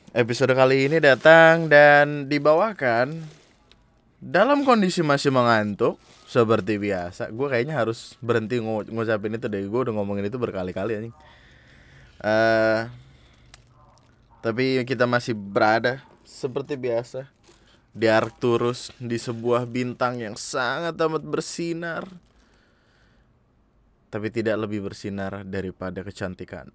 Episode kali ini datang dan dibawakan dalam kondisi masih mengantuk seperti biasa. Gue kayaknya harus berhenti ngucapin itu deh. Gue udah ngomongin itu berkali-kali anjing. Eh, tapi kita masih berada seperti biasa di Arcturus, di sebuah bintang yang sangat amat bersinar, tapi tidak lebih bersinar daripada kecantikan.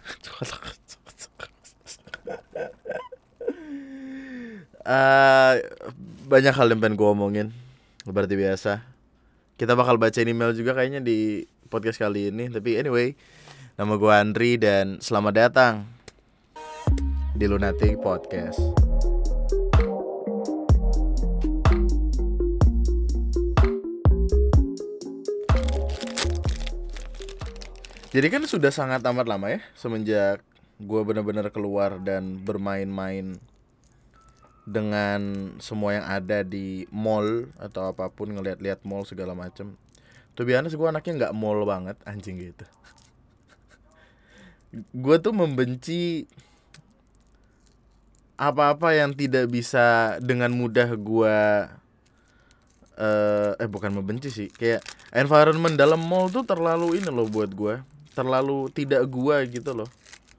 Eh, Banyak hal yang pengen gue omongin seperti biasa. Kita bakal bacain email juga kayaknya di podcast kali ini. Tapi anyway, nama gue Andri dan selamat datang di Lunatic Podcast. Jadi kan sudah sangat amat lama ya semenjak gue benar-benar keluar dan bermain-main dengan semua yang ada di mall atau apapun, ngeliat-liat mall segala macem. Tuh biasanya gue anaknya nggak mall banget anjing gitu. Gue tuh membenci apa-apa yang tidak bisa dengan mudah gue bukan membenci sih, kayak environment dalam mall tuh terlalu ini loh buat gue, terlalu tidak gue gitu loh.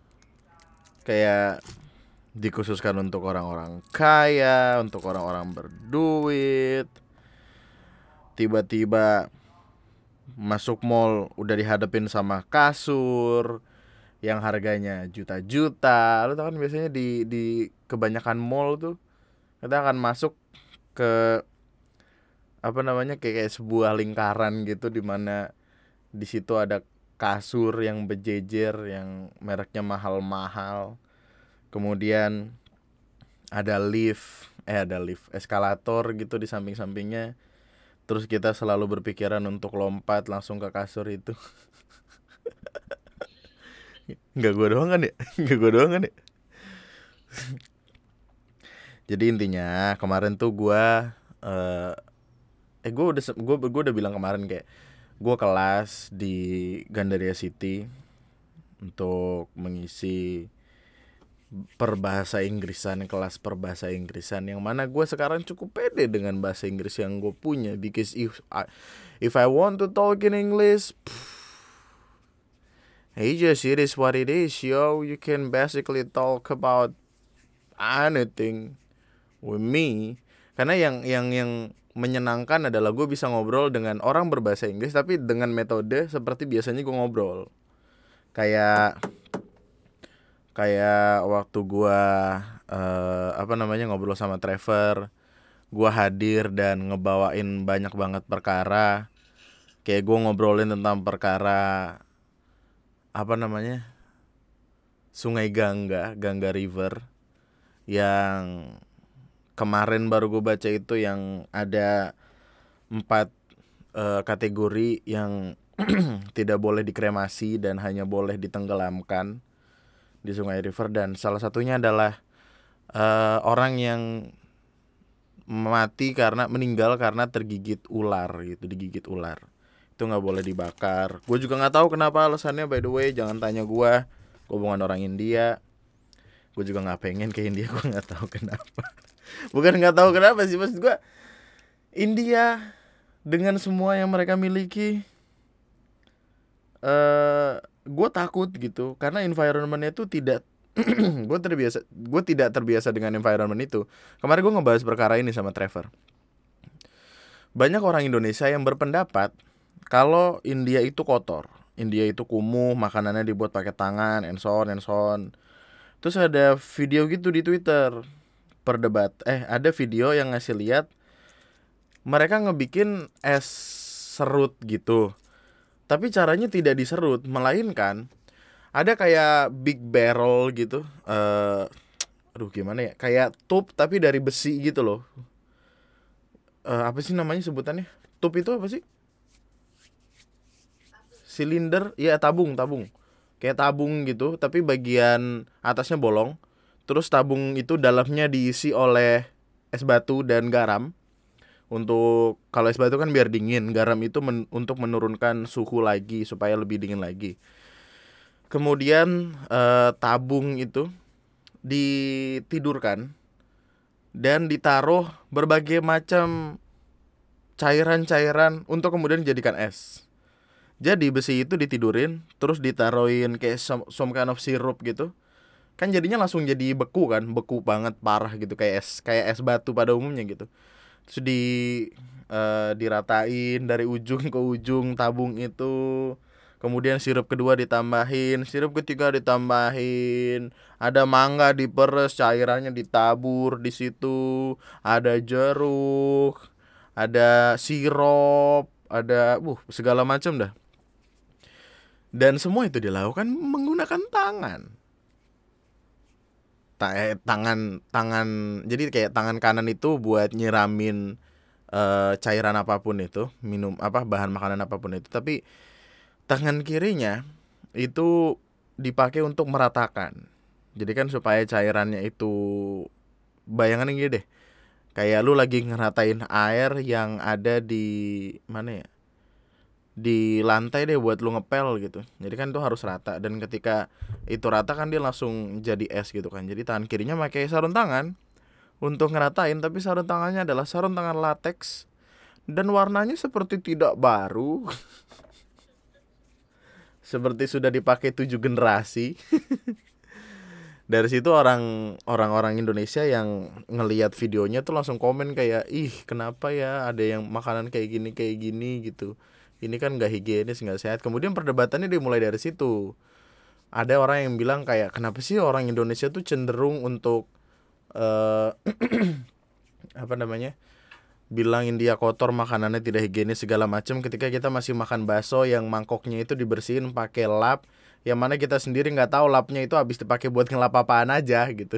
Kayak dikhususkan untuk orang-orang kaya, untuk orang-orang berduit. Tiba-tiba masuk mall udah dihadapin sama kasur yang harganya juta-juta. Lu tau kan biasanya di kebanyakan mall tuh kita akan masuk ke apa namanya, kayak sebuah lingkaran gitu di mana di situ ada kasur yang berjejer yang mereknya mahal-mahal. Kemudian ada lift eskalator gitu di samping-sampingnya. Terus kita selalu berpikiran untuk lompat langsung ke kasur itu. Nggak gue doang kan ya? Nggak gue doang kan ya? Jadi intinya kemarin tuh gue eh gue udah bilang kemarin kayak gue kelas di Gandaria City untuk mengisi perbahasa Inggrisan, kelas perbahasa Inggrisan, yang mana gue sekarang cukup pede dengan bahasa Inggris yang gue punya. Because if I want to talk in English, it is what it is, yo. You can basically talk about anything with me. Karena yang menyenangkan adalah gue bisa ngobrol dengan orang berbahasa Inggris tapi dengan metode seperti biasanya gue ngobrol. Kayak waktu gue ngobrol sama Trevor, gue hadir dan ngebawain banyak banget perkara. Kayak gue ngobrolin tentang perkara Sungai Gangga River, yang kemarin baru gue baca itu, yang ada 4 kategori yang tidak boleh dikremasi dan hanya boleh ditenggelamkan di Sungai River. Dan salah satunya adalah orang yang meninggal karena tergigit ular gitu, digigit ular. Itu nggak boleh dibakar. Gue juga nggak tahu kenapa alasannya, by the way, jangan tanya gue bukan orang India. Gue juga nggak pengen ke India, gue nggak tahu kenapa. Bukan nggak tahu kenapa sih, maksud gue India dengan semua yang mereka miliki, gue takut gitu karena environmentnya itu tidak gue tidak terbiasa dengan environment itu. Kemarin gue ngebahas perkara ini sama Trevor. Banyak orang Indonesia yang berpendapat kalau India itu kotor, India itu kumuh, makanannya dibuat pakai tangan, and so on and so on. Terus ada video gitu di Twitter, ada video yang ngasih lihat mereka ngebikin es serut gitu, tapi caranya tidak diserut, melainkan ada kayak big barrel gitu, gimana ya, kayak tub tapi dari besi gitu loh. Apa sih namanya sebutannya? Tub itu apa sih? Silinder, ya, tabung. Kayak tabung gitu, tapi bagian atasnya bolong. Terus tabung itu dalamnya diisi oleh es batu dan garam. Untuk kalau es batu kan biar dingin, garam itu untuk menurunkan suhu lagi supaya lebih dingin lagi. Kemudian tabung itu ditidurkan dan ditaruh berbagai macam cairan-cairan untuk kemudian dijadikan es. Jadi besi itu ditidurin, terus ditaruhin kayak some kind of syrup gitu. Kan jadinya langsung jadi beku kan, beku banget parah gitu kayak es batu pada umumnya gitu. Terus diratain dari ujung ke ujung tabung itu. Kemudian sirup kedua ditambahin, sirup ketiga ditambahin, ada mangga diperes, cairannya ditabur di situ, ada jeruk, ada sirup, ada segala macam dah. Dan semua itu dilakukan menggunakan tangan. Tangan jadi kayak tangan kanan itu buat nyiramin cairan apapun itu, minum bahan makanan apapun itu, tapi tangan kirinya itu dipakai untuk meratakan. Jadi kan supaya cairannya itu, bayangan gini deh, kayak lu lagi ngeratain air yang ada di mana ya, di lantai deh buat lu ngepel gitu. Jadi kan itu harus rata, dan ketika itu rata kan dia langsung jadi es gitu kan. Jadi tangan kirinya pakai sarung tangan untuk ngeratain, tapi sarung tangannya adalah sarung tangan latex dan warnanya seperti tidak baru. Seperti sudah dipakai 7 generasi. Dari situ orang-orang Indonesia yang ngelihat videonya tuh langsung komen kayak, ih kenapa ya ada yang makanan kayak gini gitu, ini kan nggak higienis, nggak sehat. Kemudian perdebatannya dimulai dari situ. Ada orang yang bilang kayak, kenapa sih orang Indonesia tuh cenderung untuk eh apa namanya, bilangin dia kotor, makanannya tidak higienis segala macam, ketika kita masih makan bakso yang mangkoknya itu dibersihin pakai lap, yang mana kita sendiri nggak tahu lapnya itu habis dipakai buat ngelap apaan aja gitu.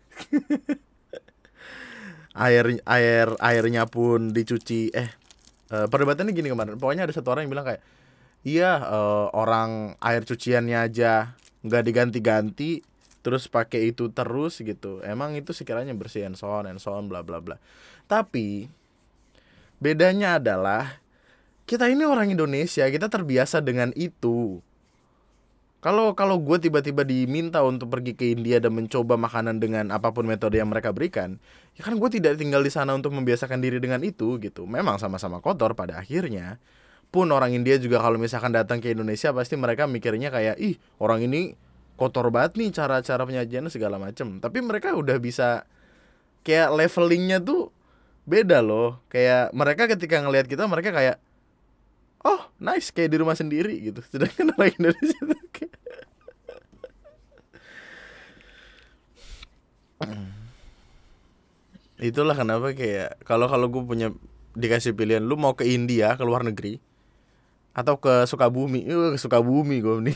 Airnya pun dicuci. Perdebatannya gini kemarin, pokoknya ada satu orang yang bilang kayak, iya, orang air cuciannya aja nggak diganti-ganti terus pakai itu terus gitu, emang itu sekiranya bersih, and so on bla bla bla. Tapi bedanya adalah kita ini orang Indonesia, kita terbiasa dengan itu. Kalau gue tiba-tiba diminta untuk pergi ke India dan mencoba makanan dengan apapun metode yang mereka berikan, ya kan gue tidak tinggal di sana untuk membiasakan diri dengan itu gitu. Memang sama-sama kotor pada akhirnya. Pun orang India juga kalau misalkan datang ke Indonesia pasti mereka mikirnya kayak, ih orang ini kotor banget nih cara-cara penyajiannya segala macem. Tapi mereka udah bisa, kayak levelingnya tuh beda loh. Kayak mereka ketika ngelihat kita, mereka kayak, oh nice, kayak di rumah sendiri gitu. Sedangkan orang Indonesia tuh kayak itulah kenapa kayak kalau gue punya dikasih pilihan, lu mau ke India, ke luar negeri, atau ke Sukabumi, ke Sukabumi gue nih.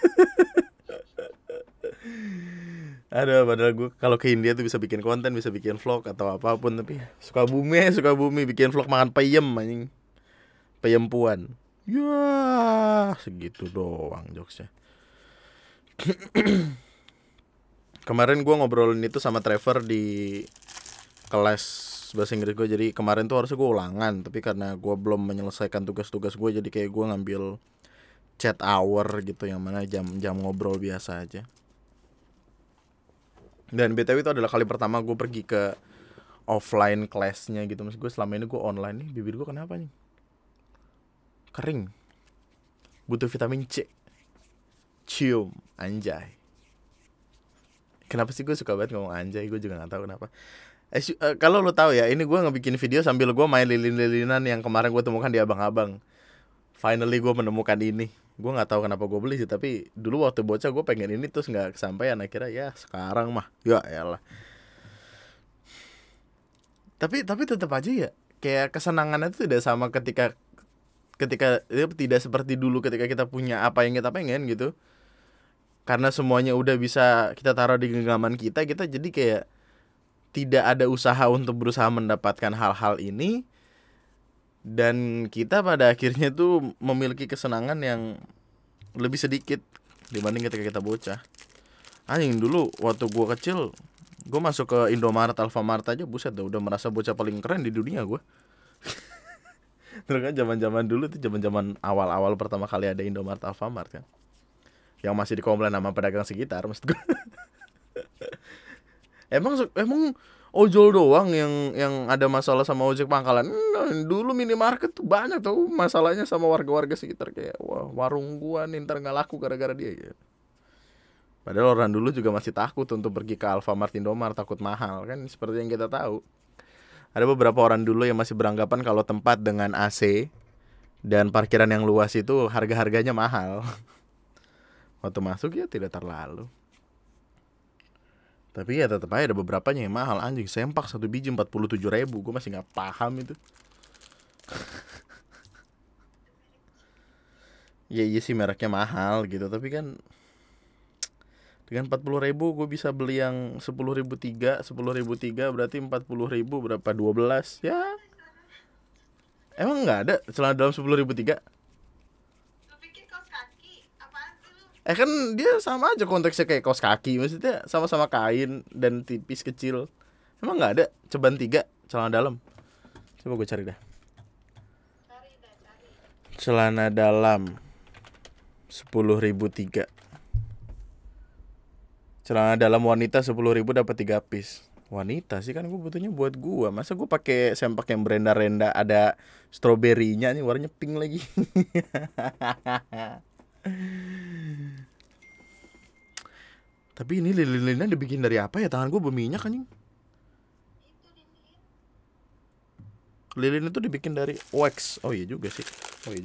Ada, padahal gue kalau ke India tuh bisa bikin konten, bisa bikin vlog atau apapun, tapi Sukabumi bikin vlog makan peyem anjing. Peyempuan. Ya, segitu doang jokesnya. Kemarin gue ngobrolin itu sama Trevor di kelas bahasa Inggris gue. Jadi kemarin tuh harusnya gue ulangan, tapi karena gue belum menyelesaikan tugas-tugas gue, jadi kayak gue ngambil chat hour gitu, yang mana jam ngobrol biasa aja. Dan BTW itu adalah kali pertama gue pergi ke offline kelasnya gitu. Maksud gue selama ini gue online nih, bibir gue kenapa nih? Kering. Butuh vitamin C. Cium, anjay. Kenapa sih gue suka banget ngomong anjay, gue juga gak tahu kenapa. Kalau lo tahu ya, ini gue ngebikin video sambil gue main lilin-lilinan yang kemarin gue temukan di abang-abang. Finally gue menemukan ini. Gue nggak tahu kenapa gue beli sih, tapi dulu waktu bocah gue pengen ini terus nggak kesampaian. Akhirnya ya sekarang mah ya elah. Tapi tetap aja ya, kayak kesenangannya itu tidak sama ketika tidak seperti dulu ketika kita punya apa yang kita pengen gitu. Karena semuanya udah bisa kita taruh di genggaman kita jadi kayak tidak ada usaha untuk berusaha mendapatkan hal-hal ini. Dan kita pada akhirnya tuh memiliki kesenangan yang lebih sedikit dibanding ketika kita bocah. Anjing, dulu waktu gue kecil, gue masuk ke Indomaret, Alfamart aja, buset dah, udah merasa bocah paling keren di dunia gue. Terus kan zaman-zaman dulu tuh, zaman-zaman awal-awal pertama kali ada Indomaret, Alfamart kan, yang masih dikomplain sama pedagang sekitar, maksud gue. Emang ojol doang yang ada masalah sama ojek pangkalan. Dulu minimarket tuh banyak tuh masalahnya sama warga-warga sekitar, kayak wah warung gua nih ntar nggak laku gara-gara dia ya. Padahal orang dulu juga masih takut untuk pergi ke Alfamart, Indomart, takut mahal kan, seperti yang kita tahu. Ada beberapa orang dulu yang masih beranggapan kalau tempat dengan AC dan parkiran yang luas itu harga-harganya mahal. Waktu masuk ya tidak terlalu. Tapi ya tetap aja ada beberapanya yang mahal. Anjing, sempak satu biji 47.000. Gue masih nggak paham itu. Ya iya sih mereknya mahal gitu, tapi kan dengan 40.000 gue bisa beli yang 10.003 berarti 40.000 berapa, 12 ya. Emang nggak ada celana dalam 10.003? Kan dia sama aja konteksnya kayak kaos kaki, maksudnya sama-sama kain dan tipis kecil. Emang nggak ada ceban 3 celana dalam? Coba gue cari dah. Celana dalam 10.003. Celana dalam wanita 10.000 dapat 3 piece. Wanita sih kan gue butuhnya buat gua. Masa gue pakai sempak yang berenda-renda ada stroberinya nih, warnanya pink lagi. Tapi ini lilin-lilinnya dibikin dari apa ya? Tangan gue berminyak anjing. Lilin itu dibikin dari wax. Oh iya juga sih.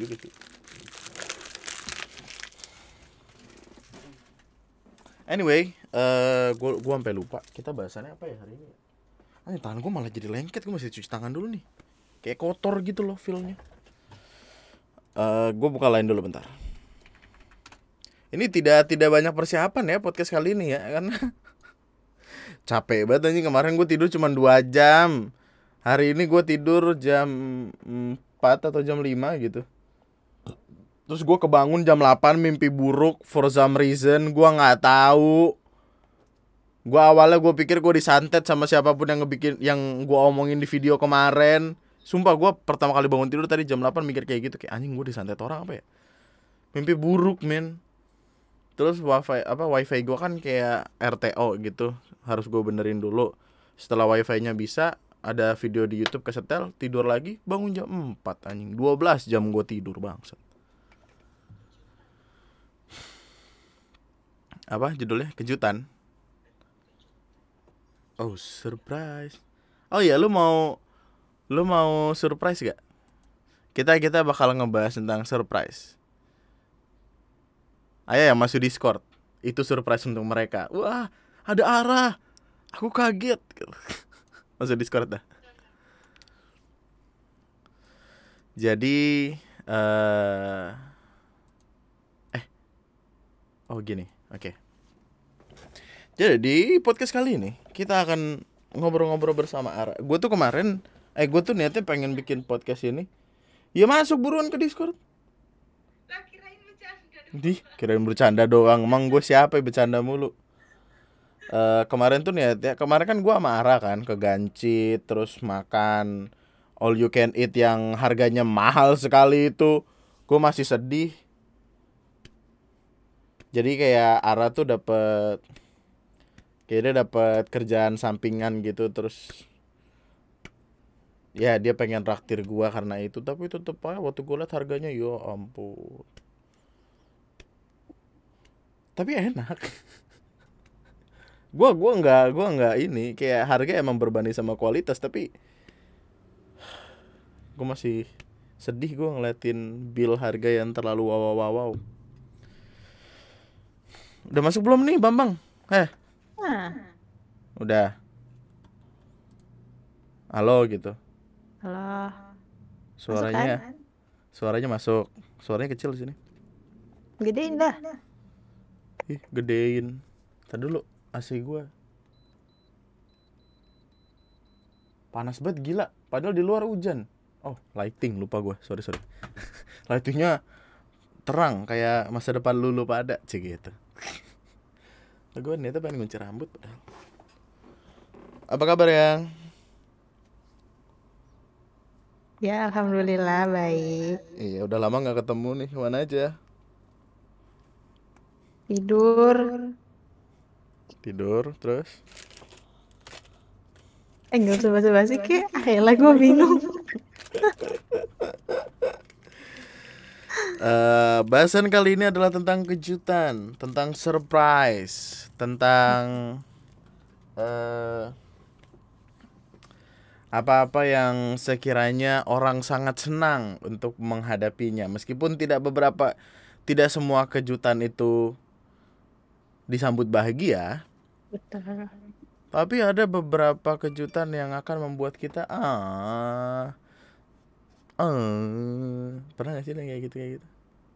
Anyway, gue sampai lupa kita bahasannya apa ya hari ini. Tangan gue malah jadi lengket, gue masih cuci tangan dulu nih. Kayak kotor gitu loh feelnya. Gue buka lain dulu bentar. Ini tidak banyak persiapan ya podcast kali ini ya, karena capek banget anjing. Kemarin gue tidur cuma 2 jam. Hari ini gue tidur jam 4 atau jam 5 gitu. Terus gue kebangun jam 8 mimpi buruk for some reason, gue nggak tahu. Gue awalnya gue pikir gue disantet sama siapapun yang gue omongin di video kemarin. Sumpah gue pertama kali bangun tidur tadi jam 8 mikir kayak gitu, kayak anjing gue disantet orang apa ya. Mimpi buruk men. Terus wifi gue kan kayak RTO gitu, harus gue benerin dulu. Setelah wifi-nya bisa, ada video di YouTube kesetel, tidur lagi, bangun jam 4 anjing. 12 jam gue tidur bangsat. Apa judulnya? Kejutan. Oh, surprise. Oh iya, lu mau surprise gak? Kita bakal ngebahas tentang surprise. Ayo yang masuk Discord, itu surprise untuk mereka. Wah, ada arah. Aku kaget. Masuk Discord dah. Jadi oh gini, oke. Jadi di podcast kali ini kita akan ngobrol-ngobrol bersama Ara. Gue tuh niatnya pengen bikin podcast ini. Ya masuk buruan ke Discord. Kirain bercanda doang. Emang gue siapa yang bercanda mulu. Kemarin kan gue sama Ara kan ke Gancit, terus makan all you can eat yang harganya mahal sekali itu. Gue masih sedih. Jadi kayak Ara tuh dia dapet kerjaan sampingan gitu, terus ya dia pengen traktir gue karena itu. Tapi tetep aja waktu gue liat harganya, ya ampun. Tapi enak. Gua nggak ini, kayak harga emang berbanding sama kualitas, tapi gue masih sedih gue ngeliatin bill harga yang terlalu wow. Udah masuk belum nih Bambang? Udah. Halo gitu. Halo. Suaranya masuk. Suaranya kecil sini. Gedein dah. Gedein. Tadi dulu AC gue panas banget gila. Padahal di luar hujan. Oh, lighting lupa gue. Sorry. Lightingnya terang kayak masa depan lu pada cik gitu. Gue niatnya pengen ngunci rambut padahal. Apa kabar yang? Ya, alhamdulillah baik. Iya, udah lama nggak ketemu nih. Mana aja? Tidur Tidur terus Nggak usah basa-basi kek. Ayolah gue bingung. Bahasan kali ini adalah tentang kejutan, tentang surprise, tentang apa-apa yang sekiranya orang sangat senang untuk menghadapinya. Meskipun tidak semua kejutan itu disambut bahagia, Betul. tapi ada beberapa kejutan yang akan membuat kita pernah gak sih lo kayak gitu?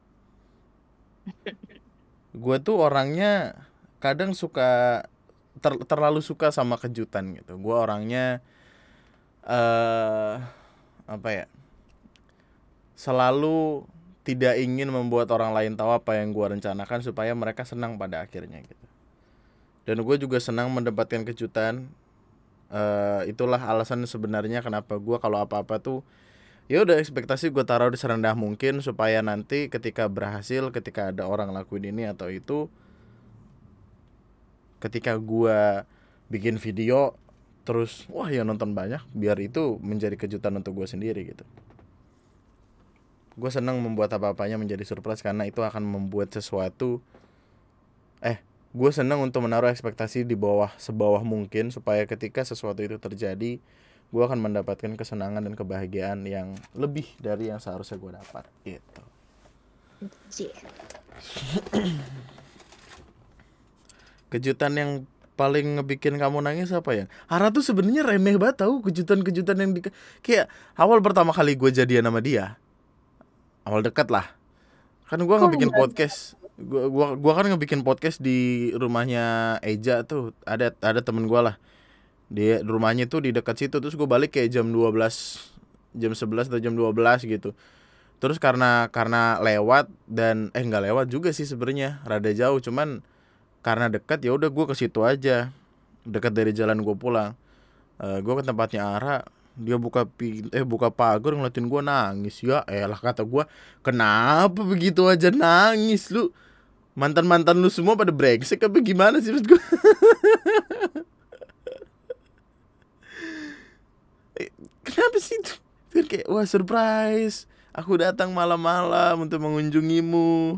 Gue tuh orangnya kadang suka terlalu suka sama kejutan gitu. Gue orangnya apa ya? Selalu tidak ingin membuat orang lain tahu apa yang gue rencanakan supaya mereka senang pada akhirnya gitu. Dan gue juga senang mendapatkan kejutan. Itulah alasan sebenarnya kenapa gue kalau apa-apa tuh ya udah ekspektasi gue taruh di serendah mungkin supaya nanti ketika berhasil, ketika ada orang lakuin ini atau itu, ketika gue bikin video terus wah ya nonton banyak, biar itu menjadi kejutan untuk gue sendiri gitu. Gue senang membuat apa-apanya menjadi surprise karena itu akan membuat sesuatu gue senang untuk menaruh ekspektasi di sebawah mungkin supaya ketika sesuatu itu terjadi gue akan mendapatkan kesenangan dan kebahagiaan yang lebih dari yang seharusnya gue dapat gitu. Kejutan yang paling ngebikin kamu nangis apa ya? Hara tuh sebenarnya remeh banget tahu kejutan-kejutan yang kayak awal pertama kali gue jadian sama dia, awal dekat lah. Kan gue Kok ngebikin enggak? podcast. Gua kan ngebikin podcast di rumahnya Eja tuh. Ada temen gue lah. Dia rumahnya tuh di dekat situ. Terus gue balik kayak jam 12, jam 11 atau jam 12 gitu. Terus karena lewat dan nggak lewat juga sih sebenarnya, rada jauh, cuman karena dekat ya udah gue ke situ aja. Dekat dari jalan gue pulang. Gue ke tempatnya Ara, dia buka pagar ngeliatin gue nangis. Ya elah kata gue, kenapa begitu aja nangis lu? Mantan lu semua pada brengsek apa gimana sih maksud gue? Kenapa sih itu? Kan kayak wah surprise, aku datang malam-malam untuk mengunjungimu.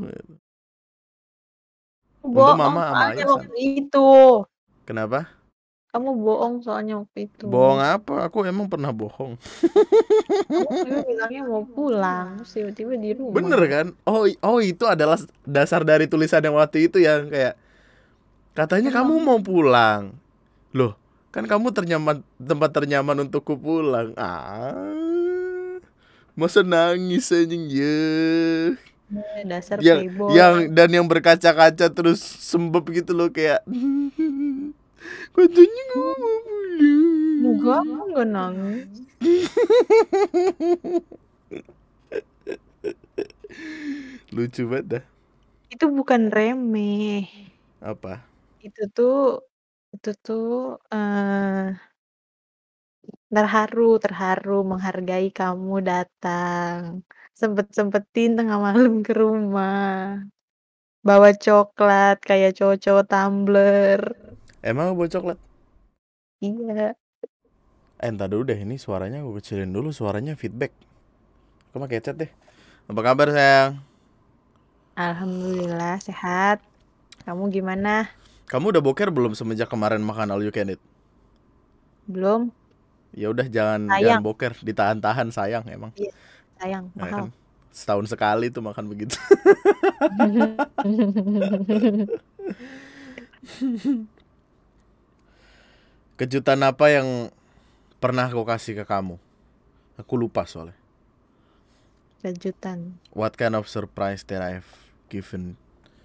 Untung Bohong mama sama soalnya ayah sana. waktu itu. Kenapa? Kamu bohong soalnya waktu itu. Bohong apa? Aku emang pernah bohong. Kamu dulu bilangnya mau pulang, terus tiba-tiba di Bener rumah. kan? Oh itu adalah dasar dari tulisan yang waktu itu yang kayak katanya kamu Emang mau pulang. Loh, kan kamu tempat ternyaman untukku pulang. Masa nangis anjing ya. dasar Yang playboy. dan yang berkaca-kaca terus sembab gitu loh kayak katanya kamu mau Enggak, pulang. aku enggak nangis. Lucu banget dah. Itu bukan remeh. Apa? Itu tuh itu tuh terharu menghargai kamu datang. Sempet-sempetin tengah malam ke rumah. Bawa coklat kayak cowok-cowok Tumblr. Emang bawa coklat? Iya. Entar dulu deh, ini suaranya gue kecilin dulu, suaranya feedback. Aku pakai headset deh. Apa kabar sayang? Alhamdulillah sehat. Kamu gimana? Kamu udah boker belum semenjak kemarin makan all you can eat? Belum? Ya udah jangan Sayang. boker, ditahan-tahan sayang emang. Iya, sayang, Ya mahal. kan? Setahun sekali tuh makan begitu. Kejutan apa yang pernah aku kasih ke kamu? Aku lupa soalnya. Kejutan. What kind of surprise that I've given?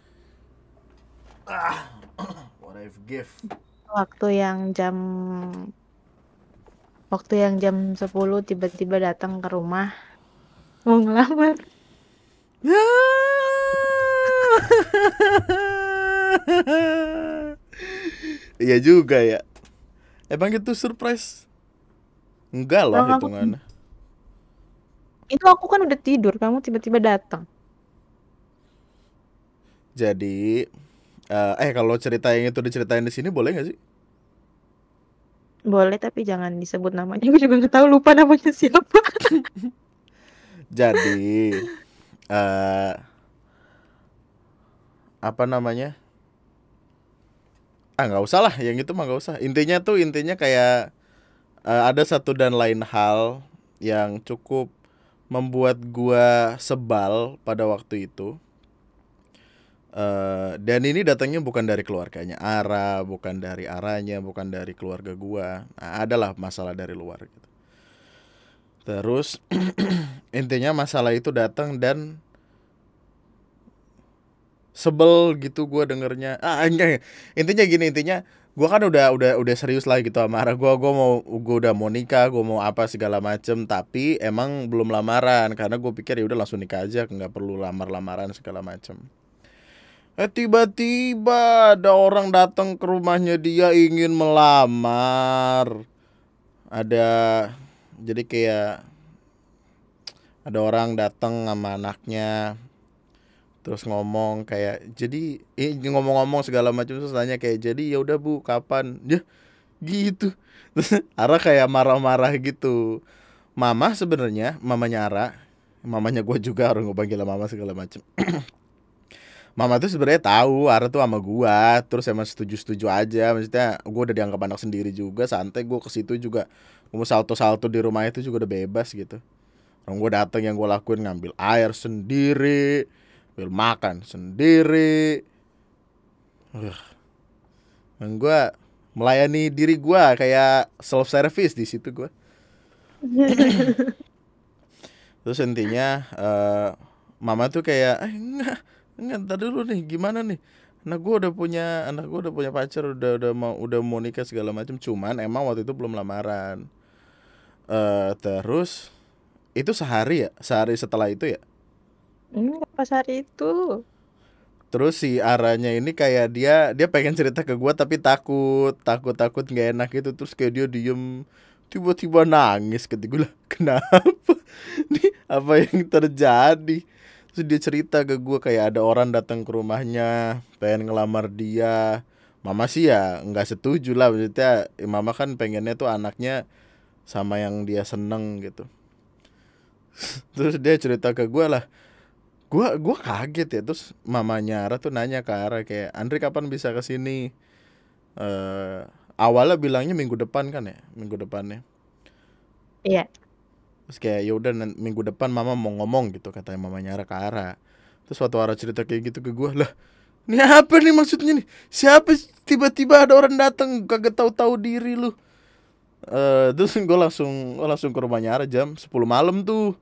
What I've give? Waktu yang jam Waktu yang jam 10 tiba-tiba datang ke rumah mau ngelamar. Iya juga ya. Emang itu surprise? Enggak lah Orang hitungannya. itu aku kan udah tidur, kamu tiba-tiba datang. Jadi kalau cerita yang itu diceritain di sini boleh nggak sih? Boleh tapi jangan disebut namanya. Gue juga nggak tahu, lupa namanya siapa. Jadi eh apa namanya? Ah, nggak usah lah, yang itu mah nggak usah. Intinya kayak ada satu dan lain hal yang cukup membuat gua sebal pada waktu itu. Dan ini datangnya bukan dari keluarganya Ara, bukan dari Aranya, bukan dari keluarga gua. Nah, adalah masalah dari luar gitu. Terus intinya masalah itu datang dan sebel gitu gua dengernya. Ah, enggak. Intinya gini, gua kan udah serius lah gitu sama Ara. Gua udah mau nikah, gua mau apa segala macem, tapi emang belum lamaran karena gua pikir ya udah langsung nikah aja, nggak perlu lamar-lamaran segala macem. Tiba-tiba ada orang datang ke rumahnya dia ingin melamar. Ada jadi kayak ada orang datang sama anaknya terus ngomong kayak jadi ngomong-ngomong segala macam terus tanya kayak jadi ya udah Bu kapan ya gitu. Terus Ara kayak marah-marah gitu. Mama sebenarnya mamanya Ara, mamanya gue juga orang gue panggil mama segala macam. Mama tuh sebenarnya tahu Ara tuh sama gua, terus emang setuju-setuju aja. Maksudnya gua udah dianggap anak sendiri juga, santai gua ke situ juga. Gua mau salto-salto di rumah itu juga udah bebas gitu. Orang gua datang yang gua lakuin ngambil air sendiri, ambil makan sendiri. Dan gua melayani diri gua kayak self service di situ gua. Terus intinya mama tuh kayak enggak ntar dulu nih gimana nih anak gue udah punya pacar udah mau nikah segala macam cuman emang waktu itu belum lamaran. Terus itu sehari setelah itu ya. Pas hari itu. Terus si Aranya ini kayak dia pengen cerita ke gue tapi takut nggak enak gitu terus kayak dia diem tiba-tiba nangis ketika gue lah kenapa nih apa yang terjadi. Terus dia cerita ke gue kayak ada orang datang ke rumahnya pengen ngelamar dia. Mama sih ya nggak setuju lah maksudnya mama kan pengennya tuh anaknya sama yang dia seneng gitu. Terus dia cerita ke gue lah. Gua kaget ya terus mamanya Ara tuh nanya ke Ara kayak Andri kapan bisa ke sini. Awalnya bilangnya minggu depan kan ya minggu depannya. Iya. Terus kayak ya udah minggu depan mama mau ngomong gitu katanya mamanya Ara ke Ara. Terus waktu Ara cerita kayak gitu ke gue lah. Ini apa nih maksudnya nih? Siapa tiba-tiba ada orang datang kagak tahu-tahu diri lu. Terus gue langsung ke rumahnya Ara jam 10 malam tuh.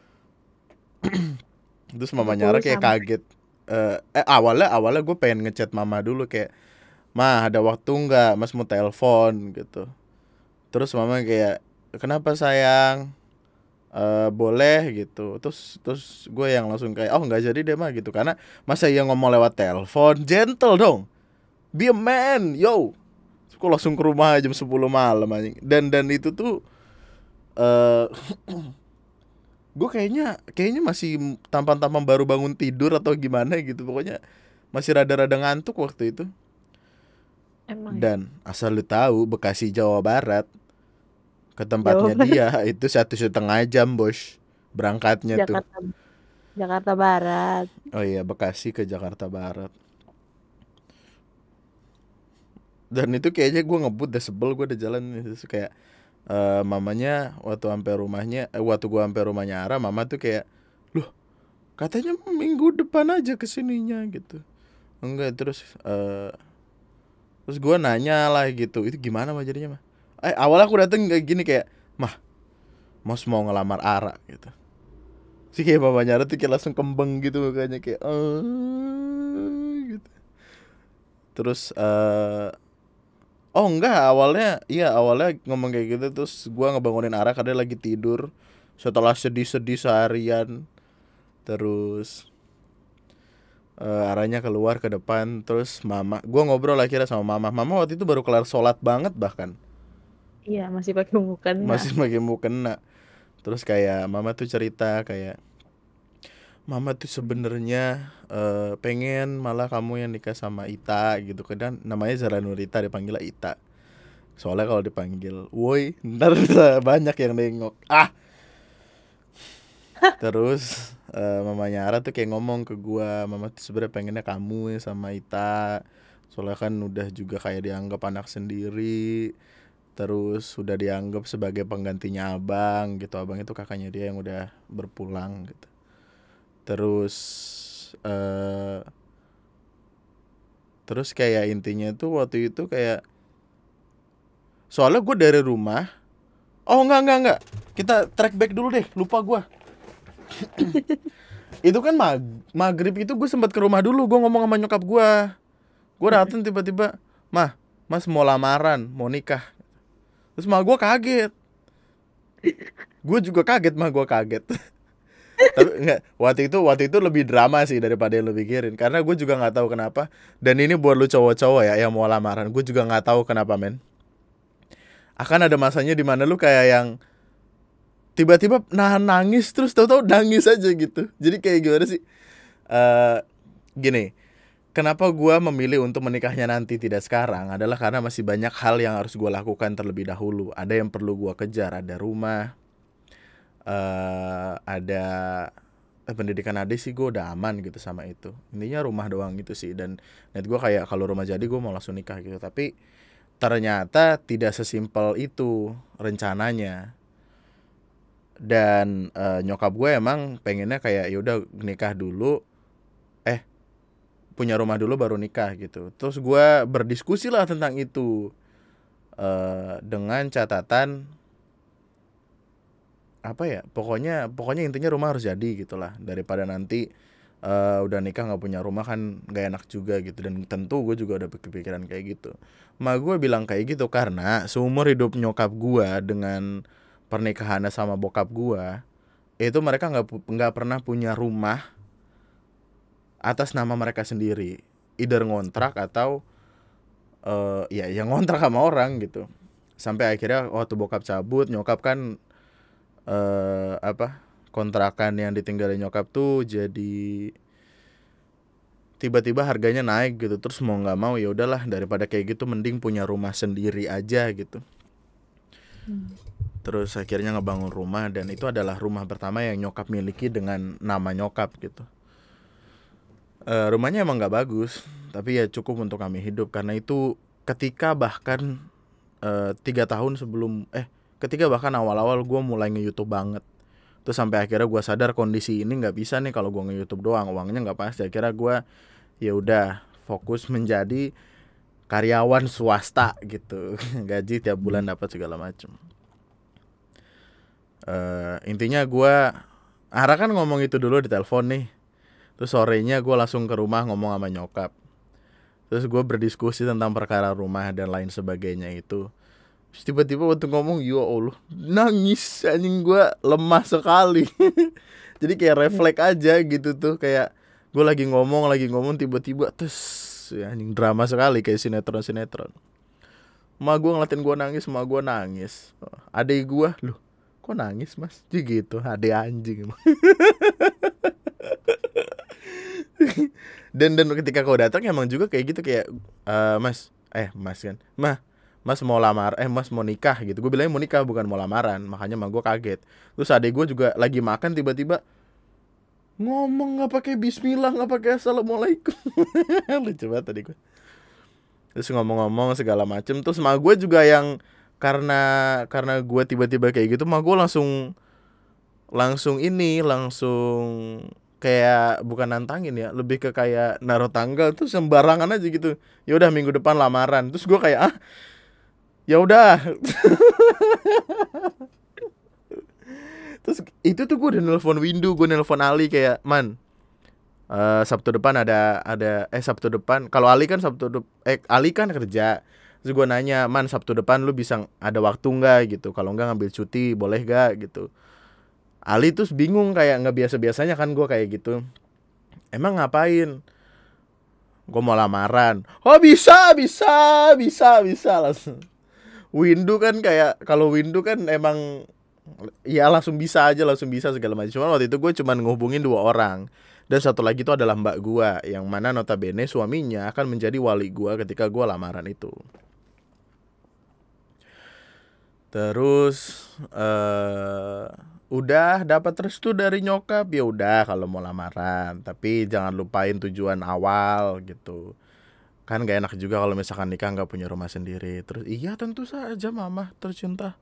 Terus mamanya Ara 10 kayak sampai. kaget. Awalnya gue pengen ngechat mama dulu kayak, "Ma, ada waktu nggak? Mas mau telepon gitu." Terus mama kayak, "Kenapa sayang?" Boleh gitu. Terus gue yang langsung kayak, "Oh, nggak jadi deh mah," gitu. Karena masa iya ngomong lewat telepon, gentle dong. Be a man, yo. Terus gue langsung ke rumah jam 10 malam anjing. Dan itu tuh eh gue kayaknya masih tampang-tampang baru bangun tidur atau gimana gitu. Pokoknya masih rada-rada ngantuk waktu itu. Emang ya. Dan asal lu tahu Bekasi Jawa Barat ke tempatnya Jawaban. dia itu 1,5 jam bos berangkatnya tuh. Jakarta Jakarta Barat. Oh iya Bekasi ke Jakarta Barat. Dan itu kayaknya gue ngebut dah sebel gue udah jalan terus kayak mamanya waktu gue sampai rumahnya Ara mama tuh kayak loh katanya minggu depan aja kesininya gitu. Enggak terus gue nanya lah gitu itu gimana mah jadinya mah. Awalnya aku dateng kayak gini kayak mah Mas mau ngelamar Ara gitu. Sih kayak mamanya Ara tuh kayak langsung kembang gitu kayaknya kayak gitu. Terus oh enggak awalnya ngomong kayak gitu terus gua ngebangunin Ara karena dia lagi tidur setelah sedih-sedih seharian. Terus Aranya keluar ke depan terus gua ngobrol akhirnya sama mama waktu itu baru kelar sholat banget bahkan Iya, masih pakai mukena. masih pakai mukena. Terus kayak mama tuh cerita kayak mama tuh sebenarnya pengen malah kamu yang nikah sama Ita gitu kan namanya Zara Nurita dipanggil Ita. Soalnya kalau dipanggil woi, ntar banyak yang nengok. Terus mamanya Ara tuh kayak ngomong ke gua, mama tuh sebenarnya pengennya kamu ya sama Ita. Soalnya kan udah juga kayak dianggap anak sendiri. Terus sudah dianggap sebagai penggantinya abang gitu. Abang itu kakaknya dia yang udah berpulang gitu. Terus eh terus kayak intinya tuh waktu itu kayak, soalnya gue dari rumah. Oh enggak, kita track back dulu deh, lupa gue. Itu kan maghrib itu gue sempat ke rumah dulu, gue ngomong sama nyokap gue. Gue dateng tiba-tiba, mah, mas mau lamaran, mau nikah. Terus mah gue kaget. Gue juga kaget, mah gue kaget. Tapi enggak, waktu itu lebih drama sih daripada yang lu pikirin, karena gue juga nggak tahu kenapa. Dan ini buat lu cowok-cowok ya yang mau lamaran, gue juga nggak tahu kenapa, men. Akan ada masanya di mana lu kayak yang tiba-tiba nahan nangis, terus tahu-tahu nangis aja gitu. Jadi kayak gimana sih? eh Gini, kenapa gue memilih untuk menikahnya nanti tidak sekarang adalah karena masih banyak hal yang harus gue lakukan terlebih dahulu. Ada yang perlu gue kejar, ada rumah, ada pendidikan adik sih gue udah aman gitu sama itu. Intinya rumah doang gitu sih. Dan net gue kayak kalau rumah jadi gue mau langsung nikah gitu. Tapi ternyata tidak sesimpel itu rencananya. Dan nyokap gue emang pengennya kayak yaudah nikah dulu, punya rumah dulu baru nikah gitu. Terus gue berdiskusi lah tentang itu, dengan catatan apa ya, pokoknya intinya rumah harus jadi gitulah, daripada nanti udah nikah nggak punya rumah kan nggak enak juga gitu. Dan tentu gue juga udah kepikiran kayak gitu. Gue bilang kayak gitu karena seumur hidup nyokap gue dengan pernikahannya sama bokap gue, itu mereka nggak pernah punya rumah atas nama mereka sendiri, either ngontrak atau ya yang ngontrak sama orang gitu. Sampai akhirnya waktu bokap cabut, nyokap kan kontrakan yang ditinggalin nyokap tuh jadi tiba-tiba harganya naik gitu. Terus mau nggak mau ya udahlah, daripada kayak gitu mending punya rumah sendiri aja gitu. Terus akhirnya ngebangun rumah, dan itu adalah rumah pertama yang nyokap miliki dengan nama nyokap gitu. Rumahnya emang nggak bagus, tapi ya cukup untuk kami hidup. Karena itu ketika bahkan 3 tahun sebelum ketika bahkan awal-awal gue mulai nge-YouTube banget, terus sampai akhirnya gue sadar kondisi ini nggak bisa nih kalau gue nge-YouTube doang, uangnya nggak pasti. Akhirnya gue ya udah fokus menjadi karyawan swasta gitu. Gaji tiap bulan dapat segala macem. Intinya gue Ara kan ngomong itu dulu di telepon nih. Terus sorenya gue langsung ke rumah ngomong sama nyokap. Terus gue berdiskusi tentang perkara rumah dan lain sebagainya itu. Terus tiba-tiba waktu ngomong, ya Allah, nangis anjing, gue lemah sekali. Jadi kayak refleks aja gitu tuh, kayak gue lagi ngomong tiba-tiba terus ya, anjing drama sekali kayak sinetron. Ma gue ngeliatin gue nangis. Adek gue, loh kok nangis mas? Jadi gitu, adek anjing emang. dan ketika kau datang emang juga kayak gitu, kayak mas kan, mas mau lamar, mas mau nikah gitu. Gue bilangnya mau nikah bukan mau lamaran, makanya mah gue kaget. Terus adek gue juga lagi makan tiba-tiba ngomong nggak pakai bismillah, nggak pakai assalamualaikum. Lucu banget tadi gue. Terus ngomong-ngomong segala macem. Terus mah gue juga yang karena gue tiba-tiba kayak gitu, mah gue langsung kayak bukan nantangin ya, lebih ke kayak naruh tanggal tuh sembarangan aja gitu. Ya udah minggu depan lamaran. Terus gue kayak ya udah. Terus itu tuh gue udah nelpon Windu, gue nelpon Ali kayak, man, Sabtu depan ada Sabtu depan. Kalau Ali kan Ali kan kerja. Terus gue nanya, man, Sabtu depan lu bisa ada waktu nggak gitu? Kalau nggak ngambil cuti boleh nggak gitu? Ali tuh bingung, kayak nggak biasa-biasanya kan gue kayak gitu. Emang ngapain? Gue mau lamaran. Oh bisa langsung. Windu kan kayak, kalau Windu kan emang ya langsung bisa segala macam. Cuma waktu itu gue cuma ngehubungin 2 orang. Dan satu lagi itu adalah mbak gue, yang mana notabene suaminya akan menjadi wali gue ketika gue lamaran itu. Terus udah dapat restu dari nyokap, ya udah kalau mau lamaran, tapi jangan lupain tujuan awal gitu. Kan gak enak juga kalau misalkan nikah nggak punya rumah sendiri. Terus iya tentu saja mama tercinta.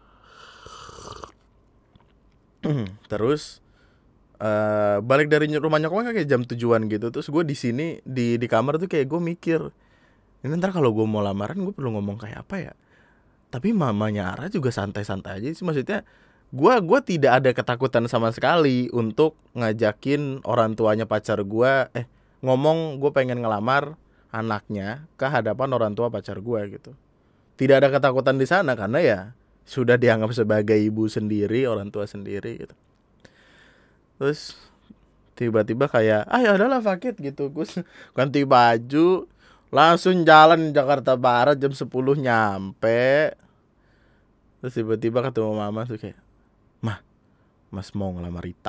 Terus balik dari rumah nyokap kan kayak jam tujuan gitu. Terus gue di sini di kamar tuh kayak gue mikir, ini ntar kalau gue mau lamaran gue perlu ngomong kayak apa ya. Tapi mamanya Ara juga santai-santai aja sih, maksudnya gue tidak ada ketakutan sama sekali untuk ngajakin orang tuanya pacar gue ngomong gue pengen ngelamar anaknya ke hadapan orang tua pacar gue gitu. Tidak ada ketakutan di sana karena ya sudah dianggap sebagai ibu sendiri, orang tua sendiri gitu. Terus tiba-tiba kayak ya udahlah fuck it gitu. Gue ganti baju langsung jalan Jakarta Barat jam 10 nyampe. Terus tiba-tiba ketemu mama tuh kayak, "Mah, Mas mau ngelamar Rita."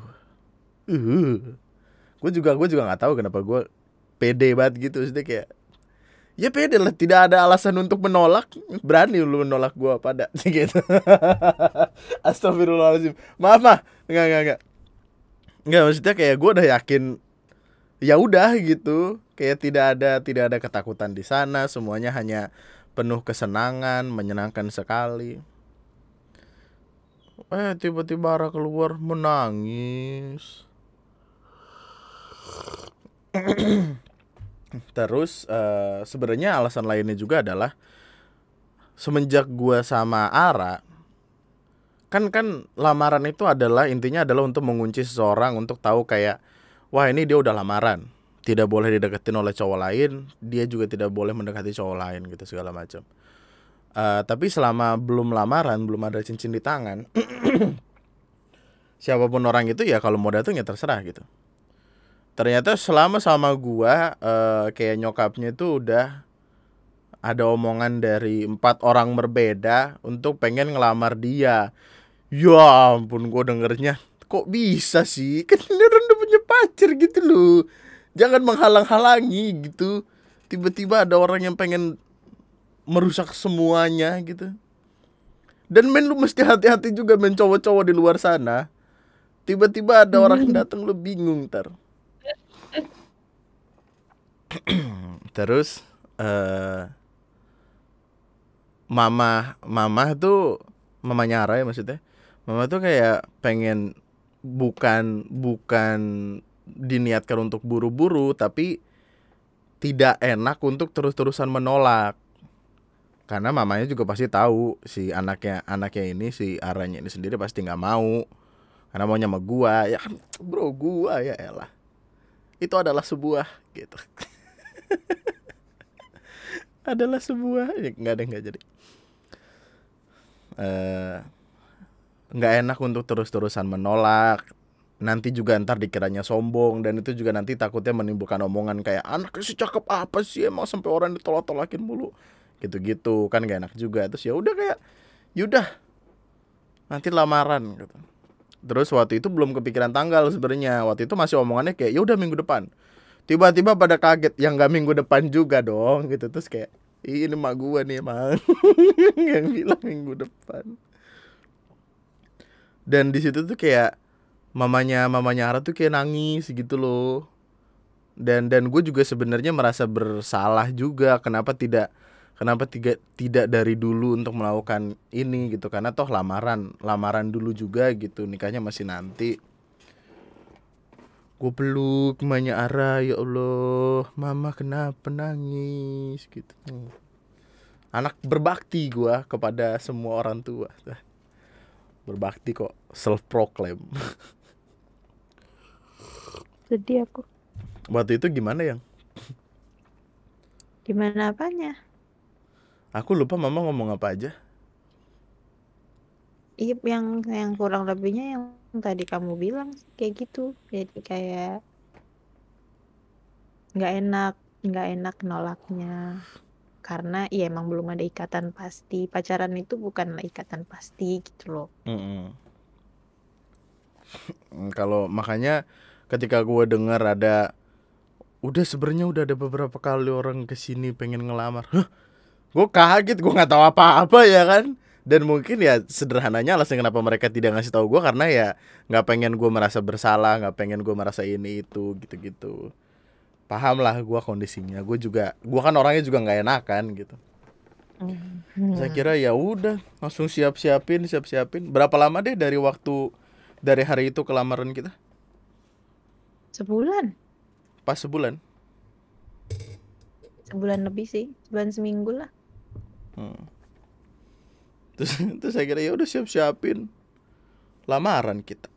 Gue juga nggak tahu kenapa gue pede banget gitu. Maksudnya kayak ya pede lah, tidak ada alasan untuk menolak. Berani lu menolak gue pada gitu. Astagfirullahaladzim. Maaf mah, enggak. Enggak, maksudnya kayak gue udah yakin ya udah gitu. Kayak tidak ada ketakutan di sana, semuanya hanya penuh kesenangan, menyenangkan sekali. Tiba-tiba Ara keluar menangis. Terus sebenarnya alasan lainnya juga adalah semenjak gue sama Ara kan lamaran itu adalah intinya adalah untuk mengunci seseorang untuk tahu kayak wah ini dia udah lamaran, tidak boleh dideketin oleh cowok lain, dia juga tidak boleh mendekati cowok lain gitu segala macam. Tapi selama belum lamaran, belum ada cincin di tangan, siapapun orang itu ya kalau mau datang ya terserah gitu. Ternyata selama sama gua kayak nyokapnya itu udah ada omongan dari 4 orang berbeda untuk pengen ngelamar dia. Ya ampun, gua dengernya kok bisa sih? Kan ini orang udah punya pacar gitu loh. Jangan menghalang-halangi gitu. Tiba-tiba ada orang yang pengen merusak semuanya gitu. Dan men lu mesti hati-hati juga men cowok-cowok di luar sana. Tiba-tiba ada orang datang lu bingung ntar. Terus mama tuh mamanya Ara ya maksudnya. Mama tuh kayak pengen bukan diniatkan untuk buru-buru, tapi tidak enak untuk terus-terusan menolak. Karena mamanya juga pasti tahu si anaknya ini si Aranya ini sendiri pasti nggak mau. Karena maunya sama gua, ya kan bro gua ya elah. Itu adalah sebuah gitu. Adalah sebuah ya, nggak jadi. Nggak enak untuk terus-terusan menolak. Nanti juga ntar dikiranya sombong, dan itu juga nanti takutnya menimbulkan omongan kayak anaknya si cakep apa sih emang sampai orang ditolak-tolakin mulu gitu-gitu kan gak enak juga. Terus ya udah kayak yaudah nanti lamaran gitu. Terus waktu itu belum kepikiran tanggal sebenarnya, waktu itu masih omongannya kayak ya udah minggu depan. Tiba-tiba pada kaget yang nggak minggu depan juga dong gitu. Terus kayak ini mak gua nih emang yang bilang minggu depan. Dan di situ tuh kayak mamanya Ara tuh kayak nangis gitu loh. Dan gue juga sebenarnya merasa bersalah juga kenapa tidak dari dulu untuk melakukan ini gitu, karena toh lamaran dulu juga gitu, nikahnya masih nanti. Gue peluk mamanya Ara, ya Allah mama kenapa nangis gitu. Anak berbakti gue kepada semua orang tua. Berbakti kok, self proclaim. Sedih aku. Waktu itu gimana yang? Gimana apanya? Aku lupa mama ngomong apa aja. Iya, yang kurang lebihnya yang tadi kamu bilang kayak gitu. Jadi kayak nggak enak nolaknya. Karena ya emang belum ada ikatan pasti. Pacaran itu bukanlah ikatan pasti gitu loh. Kalau makanya ketika gue dengar sebenarnya udah ada beberapa kali orang kesini pengen ngelamar, gue kaget, gue nggak tahu apa-apa ya kan. Dan mungkin ya sederhananya alasan kenapa mereka tidak ngasih tahu gue karena ya nggak pengen gue merasa bersalah, nggak pengen gue merasa ini itu gitu-gitu. Paham lah gue kondisinya. Gue kan orangnya juga nggak enakan gitu. Saya kira ya udah langsung siap-siapin. Berapa lama deh dari hari itu ke lamaran kita? Sebulan. Pas sebulan. Sebulan lebih sih. Sebulan seminggu lah. Terus saya kira ya udah siap-siapin lamaran kita.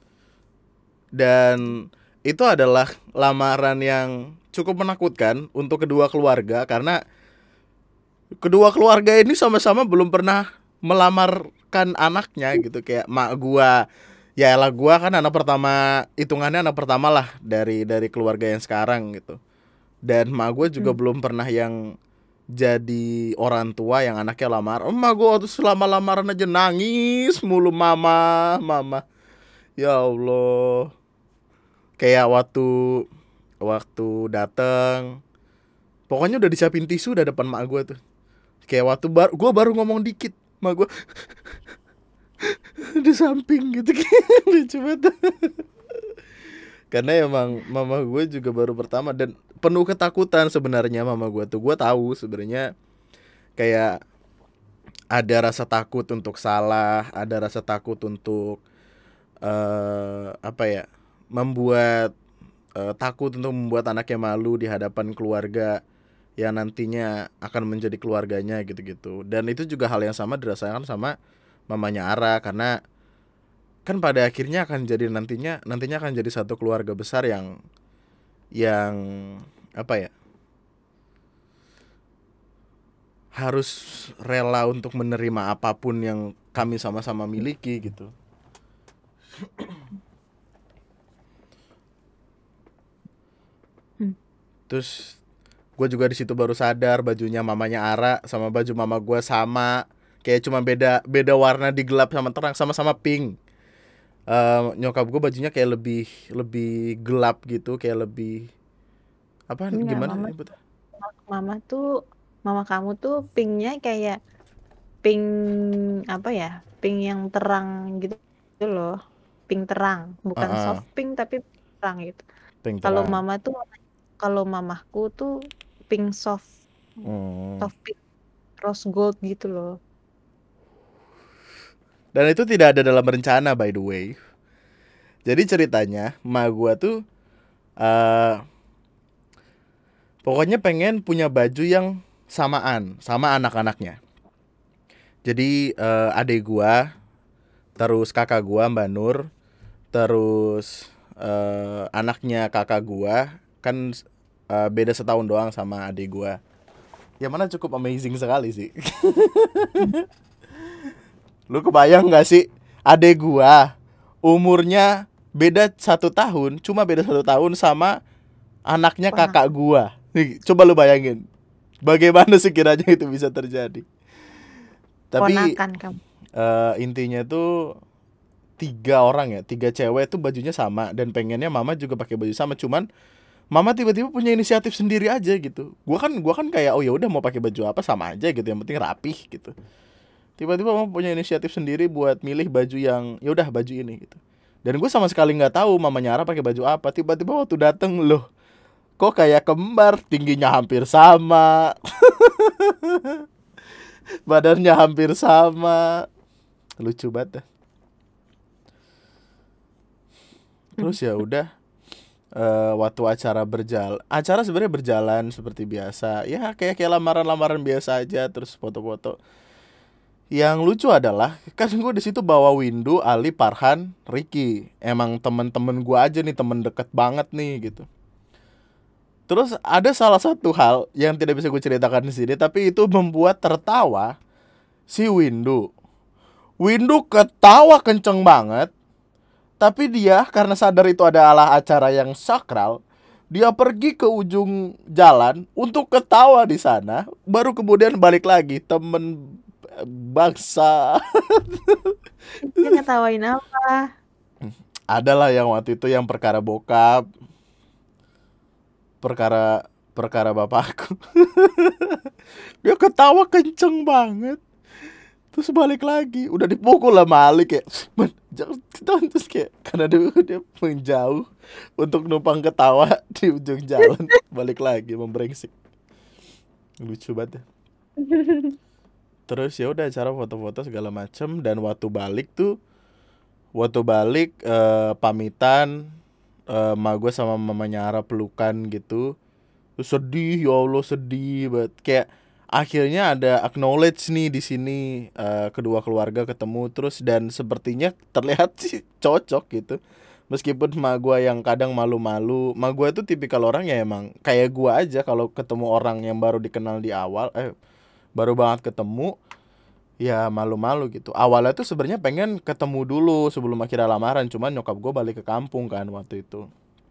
Dan itu adalah lamaran yang cukup menakutkan untuk kedua keluarga karena kedua keluarga ini sama-sama belum pernah melamarkan anaknya gitu. Kayak mak gua, ya elah gua kan anak pertama, hitungannya anak pertama lah dari keluarga yang sekarang gitu. Dan mak gua juga belum pernah yang jadi orang tua yang anaknya lamar. Emak gua waktu selama lamaran aja nangis mulu, mama. Ya Allah. Kayak waktu datang, pokoknya udah disiapin tisu udah depan mak gua tuh. Kayak waktu gue baru ngomong dikit, mak gue di samping gitu. Lucu banget. Karena emang mama gue juga baru pertama dan penuh ketakutan sebenarnya mama gue tuh. Gue tahu sebenarnya kayak ada rasa takut untuk salah, ada rasa takut untuk apa ya, takut untuk membuat anaknya malu di hadapan keluarga yang nantinya akan menjadi keluarganya gitu-gitu. Dan itu juga hal yang sama dirasakan sama mamanya Ara karena kan pada akhirnya akan jadi nantinya akan jadi satu keluarga besar yang apa ya, harus rela untuk menerima apapun yang kami sama-sama miliki gitu. Terus gue juga di situ baru sadar bajunya mamanya Ara sama baju mama gue sama, kayak cuma beda warna di gelap sama terang, sama-sama pink. Nyokap gue bajunya kayak lebih gelap gitu, kayak lebih apa Enggak, gimana nyebutnya? mama kamu tuh pinknya kayak pink apa ya? Pink yang terang gitu loh. Pink terang, bukan soft pink tapi terang gitu. Pink Kalau terang. kalau mamahku tuh pink soft, soft pink, rose gold gitu loh. Dan itu tidak ada dalam rencana by the way. Jadi ceritanya emak gue tuh pokoknya pengen punya baju yang samaan sama anak-anaknya. Jadi adik gua, terus kakak gua Mbak Nur, terus anaknya kakak gua kan beda setahun doang sama adik gua. Yang mana cukup amazing sekali sih. Lu kebayang gak sih adik gua umurnya beda 1 tahun, cuma beda 1 tahun sama anaknya kakak gua. Coba lu bayangin, bagaimana sekiranya itu bisa terjadi. Tapi Ponakan kamu. intinya tuh 3 orang ya, 3 cewek tuh bajunya sama dan pengennya mama juga pakai baju sama, cuman mama tiba-tiba punya inisiatif sendiri aja gitu. Gua kan kayak oh ya udah mau pakai baju apa sama aja gitu, yang penting rapih gitu. Tiba-tiba mama punya inisiatif sendiri buat milih baju yang ya udah baju ini gitu. Dan gue sama sekali nggak tahu mamanya Ara pakai baju apa. Tiba-tiba waktu dateng, loh kok kayak kembar, tingginya hampir sama, badannya hampir sama, lucu banget dah. Terus ya udah, waktu acara sebenarnya berjalan seperti biasa ya, kayak lamaran-lamaran biasa aja, terus foto-foto. Yang lucu adalah kan gue di situ bawa Windu, Ali, Farhan, Ricky. Emang temen-temen gue aja nih, temen deket banget nih gitu. Terus ada salah satu hal yang tidak bisa gue ceritakan di sini, tapi itu membuat tertawa si Windu. Windu ketawa kenceng banget, tapi dia karena sadar itu adalah acara yang sakral, dia pergi ke ujung jalan untuk ketawa di sana, baru kemudian balik lagi. Temen bangsa. Dia ngetawain apa? Adalah yang waktu itu yang perkara bokap, perkara bapakku. Dia ketawa kenceng banget. Terus balik lagi, udah dipukul lah Malik kayak, man, jangan ketahuan. Terus kayak karena dia menjauh untuk numpang ketawa di ujung jalan, balik lagi membrengsek. Lucu banget ya. Terus ya udah acara foto-foto segala macem, dan waktu balik pamitan, emak gue sama mamanya Ara pelukan gitu. Terus sedih, ya Allah sedih banget. Kayak akhirnya ada acknowledge nih di sini, kedua keluarga ketemu terus, dan sepertinya terlihat sih cocok gitu. Meskipun emak gue yang kadang malu-malu, emak gue tuh tipikal orang ya emang kayak gue aja, kalau ketemu orang yang baru dikenal di awal, baru banget ketemu, ya malu-malu gitu. Awalnya tuh sebenarnya pengen ketemu dulu sebelum akhirnya lamaran, cuman nyokap gue balik ke kampung kan waktu itu.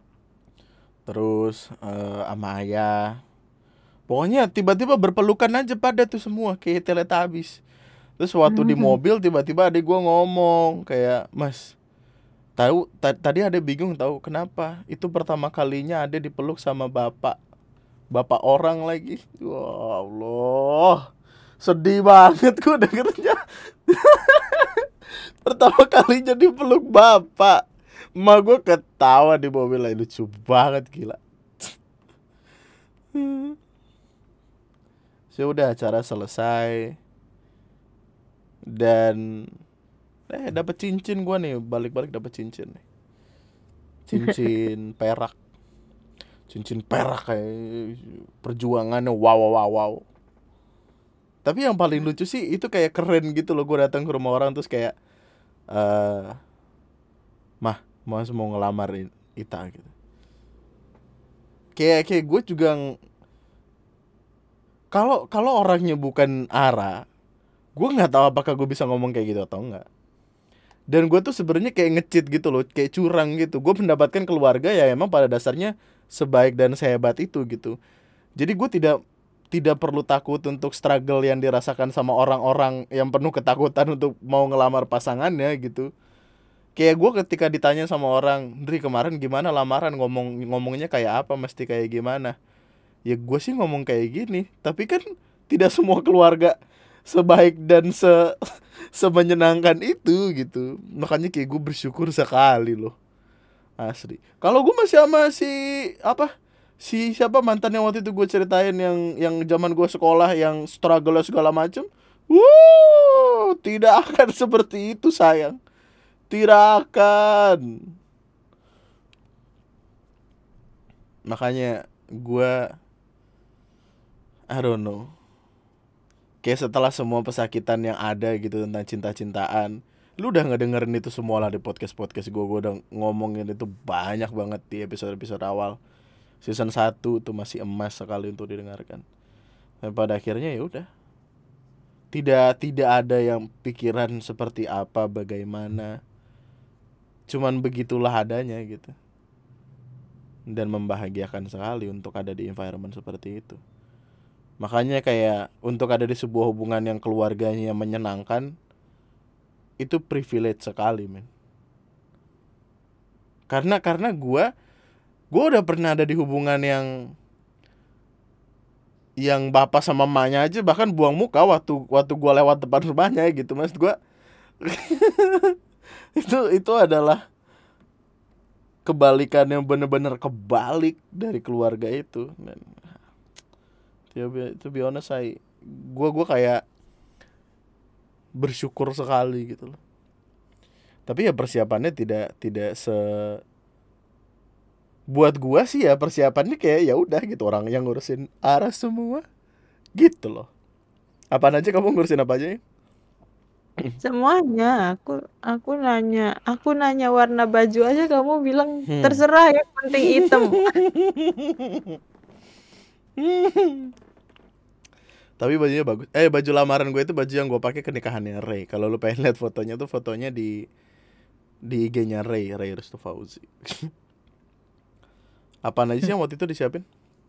Terus sama ayah, pokoknya tiba-tiba berpelukan aja pada tuh semua kayak Teletubbies. Terus waktu di mobil tiba-tiba adik gue ngomong kayak, Mas, tahu tadi ada bingung tahu kenapa? Itu pertama kalinya ada dipeluk sama bapak, bapak orang lagi. Wah Allah, sedih banget gue dengernya. Pertama kalinya dipeluk bapak. Emak gue ketawa di mobil lah, lucu banget gila. Sudah acara selesai, dan dapat cincin gua nih, balik-balik dapat cincin nih. Cincin perak. Cincin perak kayak perjuangannya wow wow wow wow. Tapi yang paling lucu sih itu kayak keren gitu loh, gua datang ke rumah orang terus kayak mah, Mas mau ngelamar Ita gitu. Kayak gue juga kalau orangnya bukan Ara, gue nggak tahu apakah gue bisa ngomong kayak gitu atau enggak. Dan gue tuh sebenarnya kayak nge-cheat gitu loh, kayak curang gitu. Gue mendapatkan keluarga ya emang pada dasarnya sebaik dan sehebat itu gitu. Jadi gue tidak perlu takut untuk struggle yang dirasakan sama orang-orang yang penuh ketakutan untuk mau ngelamar pasangannya gitu. Kayak gue ketika ditanya sama orang, Dri kemarin gimana lamaran, ngomongnya kayak apa, mesti kayak gimana. Ya gue sih ngomong kayak gini, tapi kan tidak semua keluarga sebaik dan semenyenangkan itu gitu. Makanya kayak gue bersyukur sekali loh, asli. Kalau gue masih sama si apa, si siapa mantan yang waktu itu gue ceritain, yang zaman gue sekolah yang struggle segala macem, tidak akan seperti itu sayang, tidak akan. Makanya gue I don't know, kayak setelah semua pesakitan yang ada gitu tentang cinta-cintaan, lu udah ngedengerin itu semua lah di podcast-podcast gue udah ngomongin itu banyak banget di episode-episode awal. Season 1 tuh masih emas sekali untuk didengarkan. Dan pada akhirnya ya udah, tidak ada yang pikiran seperti apa, bagaimana. Cuman begitulah adanya gitu. Dan membahagiakan sekali untuk ada di environment seperti itu. Makanya kayak untuk ada di sebuah hubungan yang keluarganya yang menyenangkan, itu privilege sekali men. Karena gue udah pernah ada di hubungan yang bapak sama mamanya aja bahkan buang muka waktu gue lewat depan rumahnya gitu, mas gue. itu adalah kebalikan yang bener-bener kebalik dari keluarga itu. Dan to be honest, gue kayak bersyukur sekali gitu loh. Tapi ya persiapannya tidak buat gua sih, ya persiapannya kayak ya udah gitu, orang yang ngurusin arah semua gitu loh. Apaan aja kamu ngurusin apa aja ya? Semuanya, aku nanya warna baju aja kamu bilang terserah yang penting hitam. Tapi bajunya bagus. Baju lamaran gue itu baju yang gue pakai ke nikahannya Ray. Kalau lu pengen lihat fotonya tuh, fotonya di IG-nya Ray Restu Fauzi. Apaan aja sih yang waktu itu disiapin?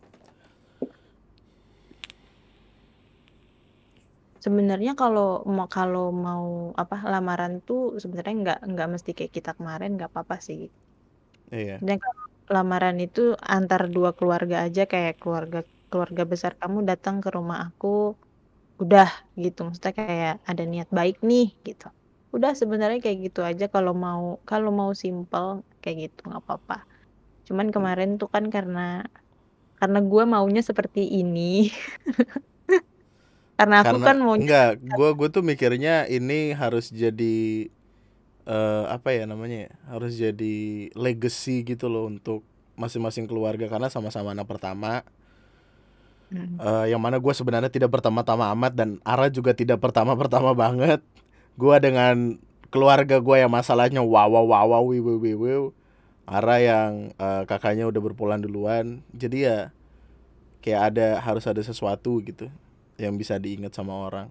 Sebenarnya kalau mau apa lamaran tuh sebenarnya nggak mesti kayak kita kemarin, nggak apa-apa sih. Iya. Dan kalau lamaran itu antar dua keluarga aja, kayak keluarga besar kamu datang ke rumah aku, udah gitu, maksudnya kayak ada niat baik nih gitu. Udah sebenarnya kayak gitu aja, kalau mau simple kayak gitu nggak apa-apa. Cuman kemarin tuh kan karena gue maunya seperti ini. Karena aku Karena kan maunya enggak, gue tuh mikirnya ini harus jadi apa ya namanya ya, harus jadi legacy gitu loh untuk masing-masing keluarga karena sama-sama anak pertama. Hmm. Yang mana gue sebenarnya tidak pertama-tama amat dan Ara juga tidak pertama-pertama banget. Gue dengan keluarga gue yang masalahnya wow wow wow wow wiu wiu wiu. Ara yang kakaknya udah berpulang duluan. Jadi ya kayak harus ada sesuatu gitu yang bisa diingat sama orang.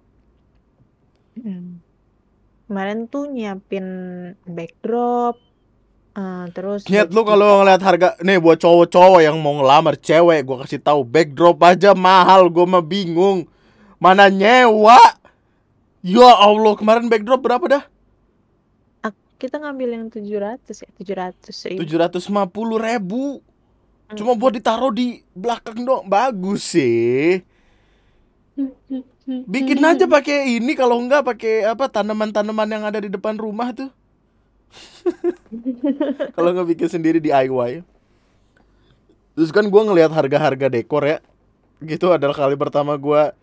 Hmm. Kemarin tuh nyiapin backdrop, terus Nyet lu juga kalau ngeliat harga nih buat cowok-cowok yang mau ngelamar cewek, gua kasih tahu backdrop aja mahal, gua mah bingung. Mana nyewa? Ya Allah, kemarin backdrop berapa dah? kita ngambil yang 700 ya, 700.000. 750.000. Cuma buat Mm-mm. ditaruh di belakang dong, bagus sih. Bikin aja pakai ini, kalau enggak pakai apa, tanaman-tanaman yang ada di depan rumah tuh. Kalau nggak bikin sendiri DIY. Terus kan gua ngelihat harga-harga dekor ya, gitu adalah kali pertama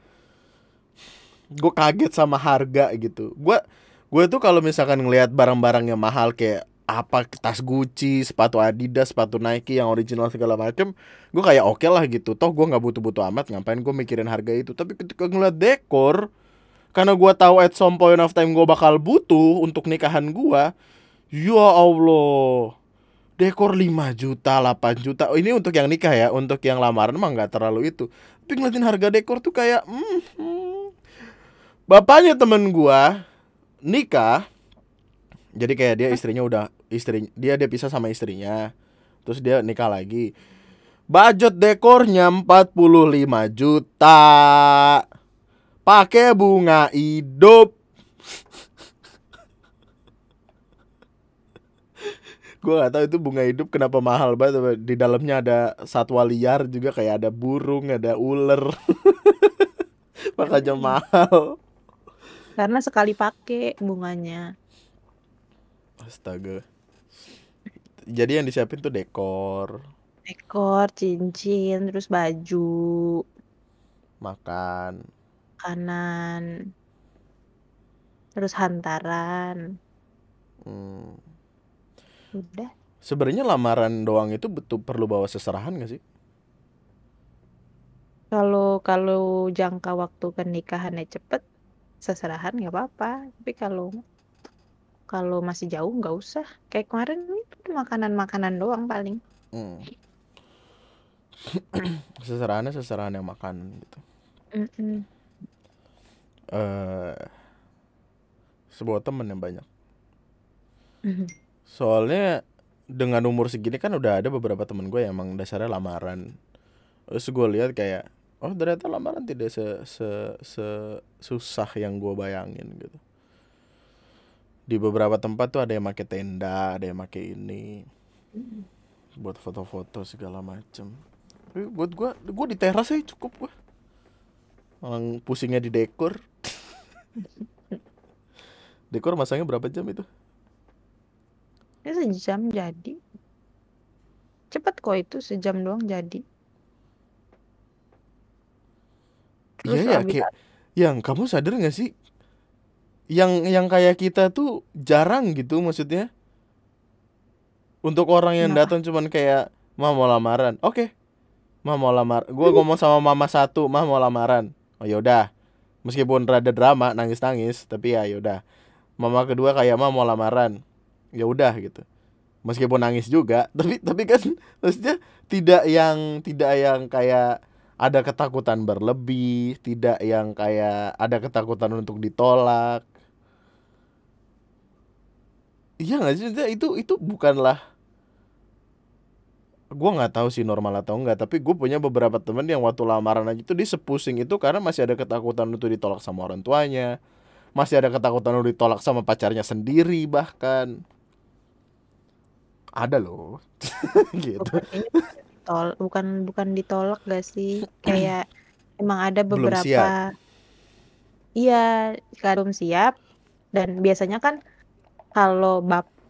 gue kaget sama harga gitu. Gue tuh kalau misalkan ngelihat barang-barang yang mahal kayak apa, tas Gucci, sepatu Adidas, sepatu Nike yang original segala macem, gue kayak oke lah gitu. Toh gue nggak butuh-butuh amat, ngapain gue mikirin harga itu. Tapi ketika ngeliat dekor, karena gue tahu at some point of time gue bakal butuh untuk nikahan gue, ya Allah, dekor 5 juta, 8 juta. Oh, ini untuk yang nikah ya, untuk yang lamaran mah nggak terlalu itu. Tapi ngeliatin harga dekor tuh kayak, bapaknya temen gua nikah, jadi kayak dia istrinya udah dia pisah sama istrinya, terus dia nikah lagi, budget dekornya 45 juta, pakai bunga hidup. Gua nggak tahu itu bunga hidup kenapa mahal banget. Di dalamnya ada satwa liar juga, kayak ada burung, ada ular. Makanya Hmm. mahal. Karena sekali pakai bunganya. Astaga. Jadi yang disiapin tuh dekor, Ekor, cincin, terus baju, makan. kanan, terus hantaran. Hmm. Udah. Sebenarnya lamaran doang itu betul perlu bawa seserahan gak sih? Kalau kalau jangka waktu pernikahannya cepet, seserahan nggak apa-apa. Tapi kalau kalau masih jauh nggak usah. Kayak kemarin itu makanan-makanan doang paling. Hmm. Seserahan yang makan gitu. Mm-mm. Eh, sebuah temen yang banyak. Mhm. Soalnya dengan umur segini kan udah ada beberapa temen gue yang emang dasarnya lamaran. Terus gue lihat kayak, oh ternyata lamaran tidak se susah yang gue bayangin gitu. Di beberapa tempat tuh ada yang pakai tenda, ada yang pakai ini buat foto-foto segala macem. Tapi buat gue di teras aja cukup gue. Orang pusingnya di dekor. Dekor masangnya berapa jam itu? Ini sejam jadi. Cepet kok itu sejam doang jadi. Iya Terus ya, abis kayak yang kamu sadar gak sih? Yang kayak kita tuh jarang gitu maksudnya. Untuk orang yang kenapa? datang cuman kayak, "Mah mau lamaran." Oke, mah mau lamar. Gua ngomong sama mama satu, "Mah mau lamaran." Oh yaudah. Meskipun rada drama, nangis-nangis, tapi ya yaudah. Mama kedua kayak, "Mah mau lamaran." Ya udah gitu. Meskipun nangis juga, tapi kan maksudnya tidak yang kayak ada ketakutan berlebih, tidak yang kayak ada ketakutan untuk ditolak. Iya nggak sih? Maksudnya itu bukanlah, gue nggak tahu sih normal atau enggak, tapi gue punya beberapa temen yang waktu lamaran aja tuh dia sepusing itu karena masih ada ketakutan untuk ditolak sama orang tuanya, masih ada ketakutan untuk ditolak sama pacarnya sendiri bahkan ada loh. Gitu. Bukan ini bukan bukan ditolak gak sih? Kayak emang ada Belum beberapa siap. Iya, kadang siap. Dan biasanya kan kalau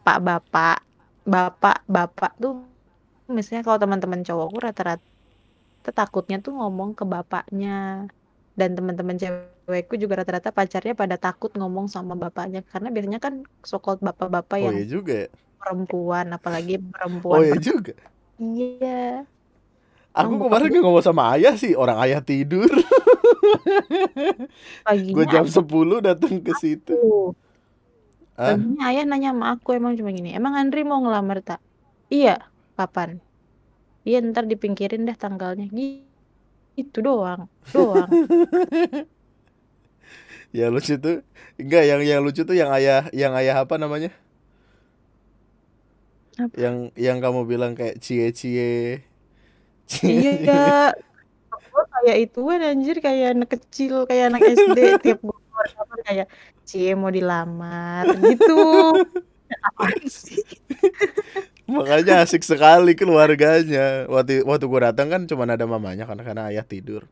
bapak-bapak tuh, misalnya kalau teman-teman cowokku rata-rata takutnya tuh ngomong ke bapaknya. Dan teman-teman cewekku juga rata-rata pacarnya pada takut ngomong sama bapaknya. Karena biasanya kan so-called bapak-bapak Oh yang iya juga ya. perempuan, apalagi Oh perempuan iya juga. iya. Aku Emang bokap kemarin gue nggak ngomong sama ayah sih, orang ayah tidur. Gue paginya jam ayah 10 datang ke situ. tuh. Ah, Paginya ayah nanya sama aku emang cuma gini. Emang Andri mau ngelamar tak? Iya. Kapan? Iya ntar dipingkirin deh tanggalnya. Gitu doang. Doang. ya lucu tuh. Enggak, yang lucu tuh yang ayah apa namanya? Apa? Yang kamu bilang kayak cie-cie. Iya. Gue kayak ituan anjir. Kayak anak kecil. Kayak anak SD. Tiap gue keluar kamar kayak Cie mau dilamar. Gitu. Apaan sih? Makanya asik sekali keluarganya. Waktu gue datang kan cuma ada mamanya karena ayah tidur.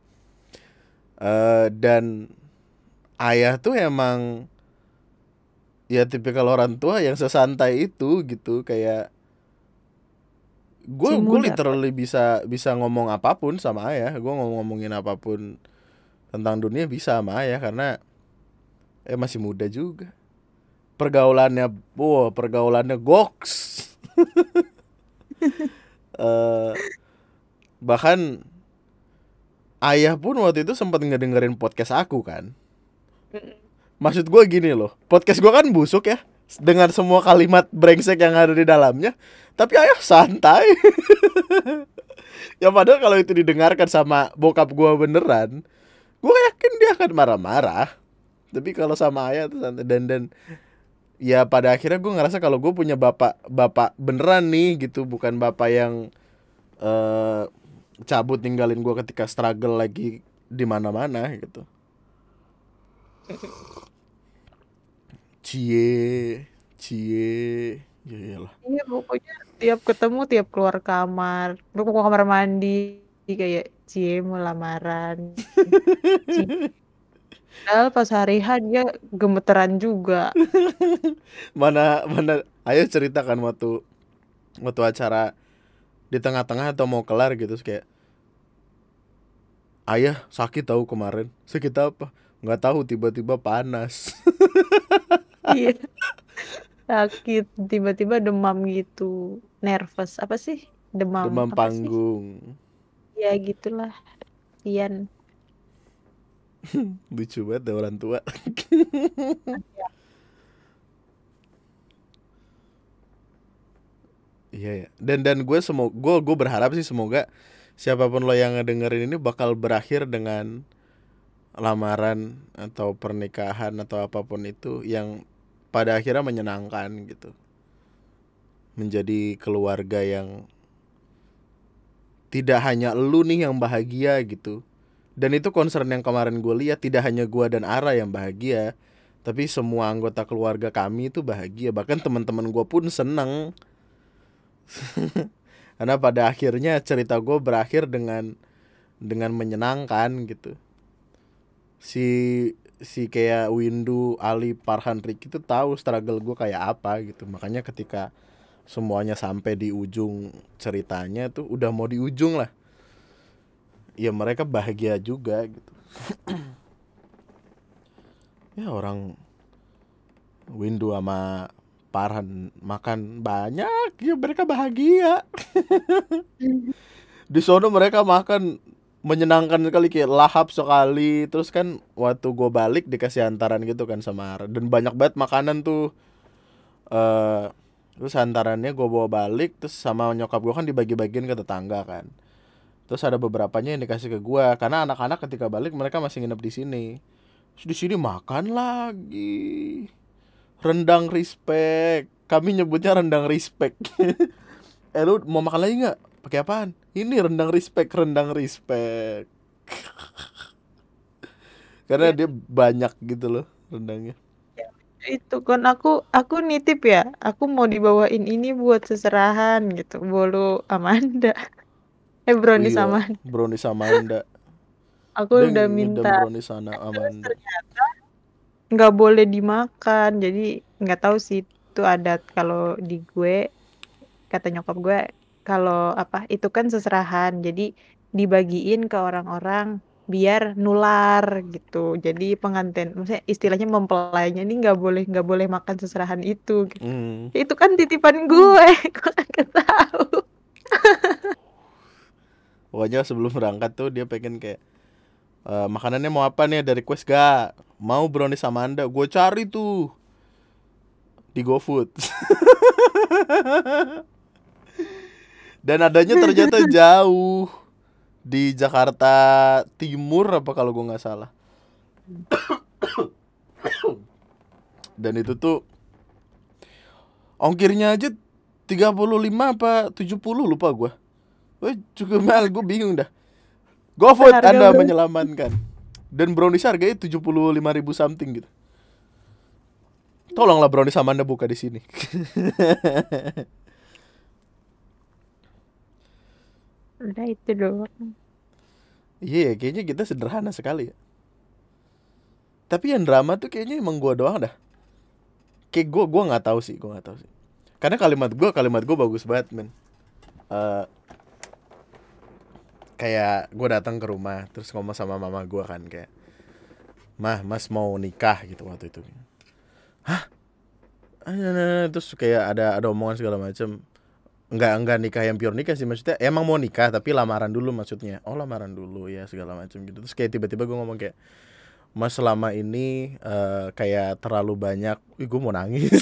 Dan ayah tuh emang ya tipikal orang tua yang sesantai itu gitu, kayak gue Si gue muda apa? literally bisa bisa ngomong apapun sama ayah. Gue ngomongin apapun tentang dunia bisa sama ayah karena masih muda juga. Pergaulannya goks. eh Bahkan ayah pun waktu itu sempat ngedengerin podcast aku kan. Maksud gue gini loh, podcast gue kan busuk ya, dengan semua kalimat brengsek yang ada di dalamnya, tapi ayah santai. Ya padahal kalau itu didengarkan sama bokap gue beneran, gue yakin dia akan marah-marah. Tapi kalau sama ayah tuh santai. Dan ya pada akhirnya gue ngerasa kalau gue punya bapak beneran nih gitu, bukan bapak yang eh cabut ninggalin gue ketika struggle lagi di mana-mana gitu. Cie, cie, ya iyalah. Iya pokoknya tiap ketemu tiap keluar kamar, lu ke kamar mandi kayak cie mau lamaran. Cie. Padahal pas hari H dia gemeteran juga. Mana mana ayo ceritakan waktu waktu acara di tengah-tengah atau mau kelar gitu terus kayak ayah sakit tahu kemarin. Sakit apa? Nggak tahu, tiba-tiba panas. Iya, sakit tiba-tiba demam gitu. Nervous apa sih? Demam Demam apa sih? panggung. Ya gitulah. Ian. Lucu banget deh orang tua. Iya ya. Dan gue berharap sih semoga siapapun lo yang ngedengerin ini bakal berakhir dengan lamaran atau pernikahan atau apapun itu yang pada akhirnya menyenangkan gitu. Menjadi keluarga yang tidak hanya lu nih yang bahagia gitu. Dan itu concern yang kemarin gue lihat, tidak hanya gue dan Ara yang bahagia, tapi semua anggota keluarga kami itu bahagia. Bahkan teman-teman gue pun seneng. Karena pada akhirnya cerita gue berakhir dengan menyenangkan gitu. Si si kayak Windu, Ali, Farhan, Ricky itu tahu struggle gue kayak apa gitu. Makanya ketika semuanya sampai di ujung ceritanya tuh udah mau di ujung lah, ya mereka bahagia juga gitu. Ya orang Windu sama Farhan makan banyak, ya mereka bahagia. Di sono mereka makan menyenangkan sekali, kayak lahap sekali. Terus kan waktu gue balik dikasih hantaran gitu kan sama Ara, dan banyak banget makanan tuh. eh Terus hantarannya gue bawa balik, terus sama nyokap gue kan dibagi-bagiin ke tetangga kan. Terus ada beberapanya yang dikasih ke gue karena anak-anak ketika balik mereka masih nginep di sini. Terus di sini makan lagi rendang respect. Kami nyebutnya rendang respect. Lu mau makan lagi nggak? Pakai apaan? Ini rendang respect, rendang respect. Karena Ya, dia banyak gitu loh rendangnya. itu kan aku nitip ya. Aku mau dibawain ini buat seserahan gitu. Bolu Amanda. Brownies Iya, Amanda. brownies Amanda. Aku Dia udah ngidam minta. brownies sana Terus Amanda. ternyata nggak boleh dimakan. Jadi nggak tahu sih itu adat kalau di gue, kata nyokap gue, kalau apa itu kan seserahan. Jadi dibagiin ke orang-orang biar nular gitu. Jadi pengantin, maksudnya istilahnya mempelainya ini nggak boleh makan seserahan itu. Gitu. Hmm. Itu kan titipan gue, gue nggak tahu. Pokoknya sebelum berangkat tuh dia pengen kayak makanannya mau apa nih, dari request gak? Mau brownies sama anda, gue cari tuh di GoFood. Dan adanya ternyata jauh di Jakarta Timur apa kalau gue nggak salah. Dan itu tuh ongkirnya aja 35 apa 70 lupa gue. Wah cukup mahal, gue bingung dah. GoFood Seharga Anda bro. menyelamatkan. Dan brownies harganya 75.000 something gitu. Tolonglah brownies sama Anda buka di sini. Udah itu doang. Iya, kayaknya kita sederhana sekali ya. Tapi yang drama tuh kayaknya emang gua doang dah. Kayak gua nggak tahu sih, gua nggak tahu sih. Karena kalimat gua bagus banget, men. Eh, kayak gua datang ke rumah terus ngomong sama mama gua kan kayak, "Mah, Mas mau nikah," gitu waktu itu. Terus kayak ada omongan segala macam. Enggak nikah yang pure nikah sih, maksudnya emang mau nikah tapi lamaran dulu maksudnya. Oh, lamaran dulu ya segala macam gitu. Terus kayak tiba-tiba gue ngomong kayak, "Mas selama ini kayak terlalu banyak," gue mau nangis.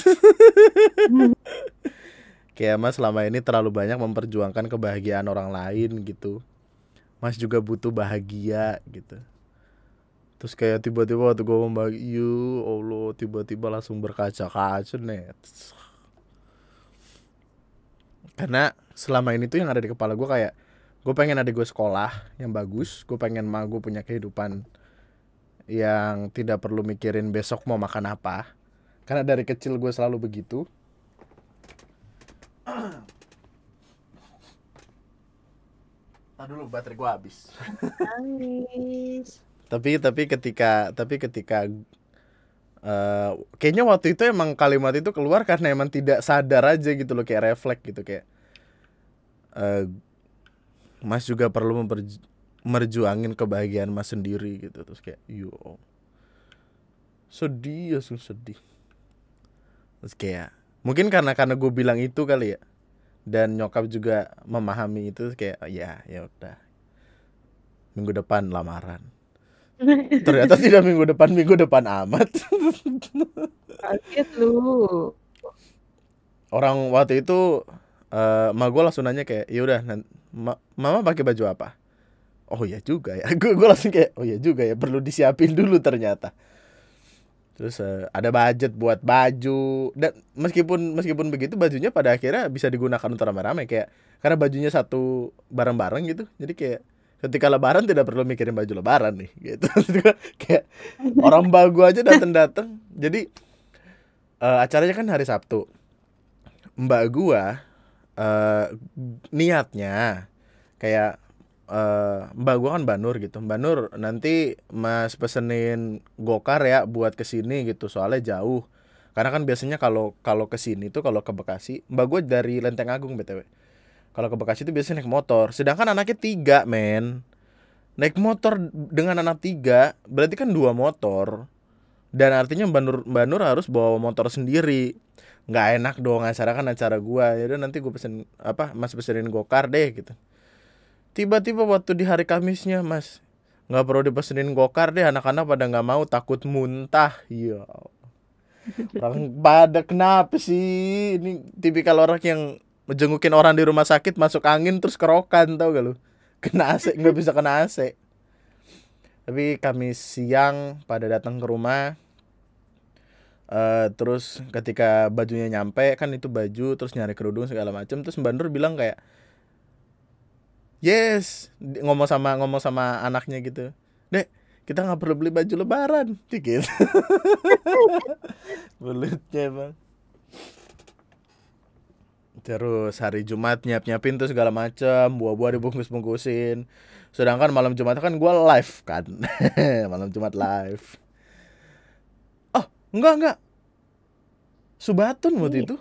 Kayak Mas selama ini terlalu banyak memperjuangkan kebahagiaan orang lain gitu. Mas juga butuh bahagia gitu. Terus kayak tiba-tiba waktu gue ngomong, "You Allah," tiba-tiba langsung berkaca-kaca net. Karena selama ini tuh yang ada di kepala gue kayak, gue pengen adik gue sekolah yang bagus, gue pengen mah gue punya kehidupan yang tidak perlu mikirin besok mau makan apa. Karena dari kecil gue selalu begitu. Tadi dulu baterai gue habis. Nangis. Tapi ketika kayaknya waktu itu emang kalimat itu keluar karena emang tidak sadar aja gitu loh, kayak refleks gitu kayak, eh, Mas juga perlu merjuangin kebahagiaan Mas sendiri gitu. Terus kayak yo sedih ya, sedih. Terus kayak mungkin karena gue bilang itu kali ya, dan nyokap juga memahami itu, kayak "Oh, ya udah, minggu depan lamaran." Ternyata tidak minggu depan amat. Kaget lu. Orang waktu itu emak gue langsung nanya kayak, "Ya udah, mama pakai baju apa?" Oh ya juga ya. Gue langsung kayak, oh ya juga ya, perlu disiapin dulu ternyata. Terus ada budget buat baju, dan meskipun begitu bajunya pada akhirnya bisa digunakan untuk rame-rame, kayak karena bajunya satu bareng-bareng gitu. Jadi kayak ketika lebaran tidak perlu mikirin baju lebaran nih gitu. Kayak orang bagu aja datang-datang. Jadi acaranya kan hari Sabtu. Mbak gua niatnya kayak, mbak gua kan Mbak Nur gitu. Mbak Nur, nanti Mas pesenin gokar ya buat kesini gitu, soalnya jauh. Karena kan biasanya kalau kalau kesini tuh, kalau ke Bekasi, mbak gua dari Lenteng Agung btw. Kalau ke Bekasi tuh biasanya naik motor. Sedangkan anaknya tiga, men. Naik motor dengan anak tiga, berarti kan dua motor. Dan artinya Mbak Nur harus bawa motor sendiri. Nggak enak dong, acara kan acara gua. Ya udah, nanti gua pesen apa, Mas pesenin gokar deh gitu. Tiba-tiba waktu di hari Kamisnya, "Mas, nggak perlu dipesenin gokar deh, anak-anak pada nggak mau, takut muntah." Ya, orang pada kenapa sih? Ini tipikal orang yang menjengukin orang di rumah sakit masuk angin terus kerokan, tau gak lu? Kena AC, nggak bisa kena AC. Tapi Kamis siang pada datang ke rumah. Terus ketika bajunya nyampe, kan itu baju, terus nyari kerudung segala macem. Terus Mbak Nur bilang kayak, "Yes," ngomong sama anaknya gitu, "Dek, kita nggak perlu beli baju lebaran," gitu. Mulutnya emang. Terus hari Jumat nyiapin tuh segala macam, buah-buah dibungkus-bungkusin. Sedangkan malam Jumat kan gue live kan. Malam Jumat live. Oh, Enggak. Subatun waktu Iya. itu.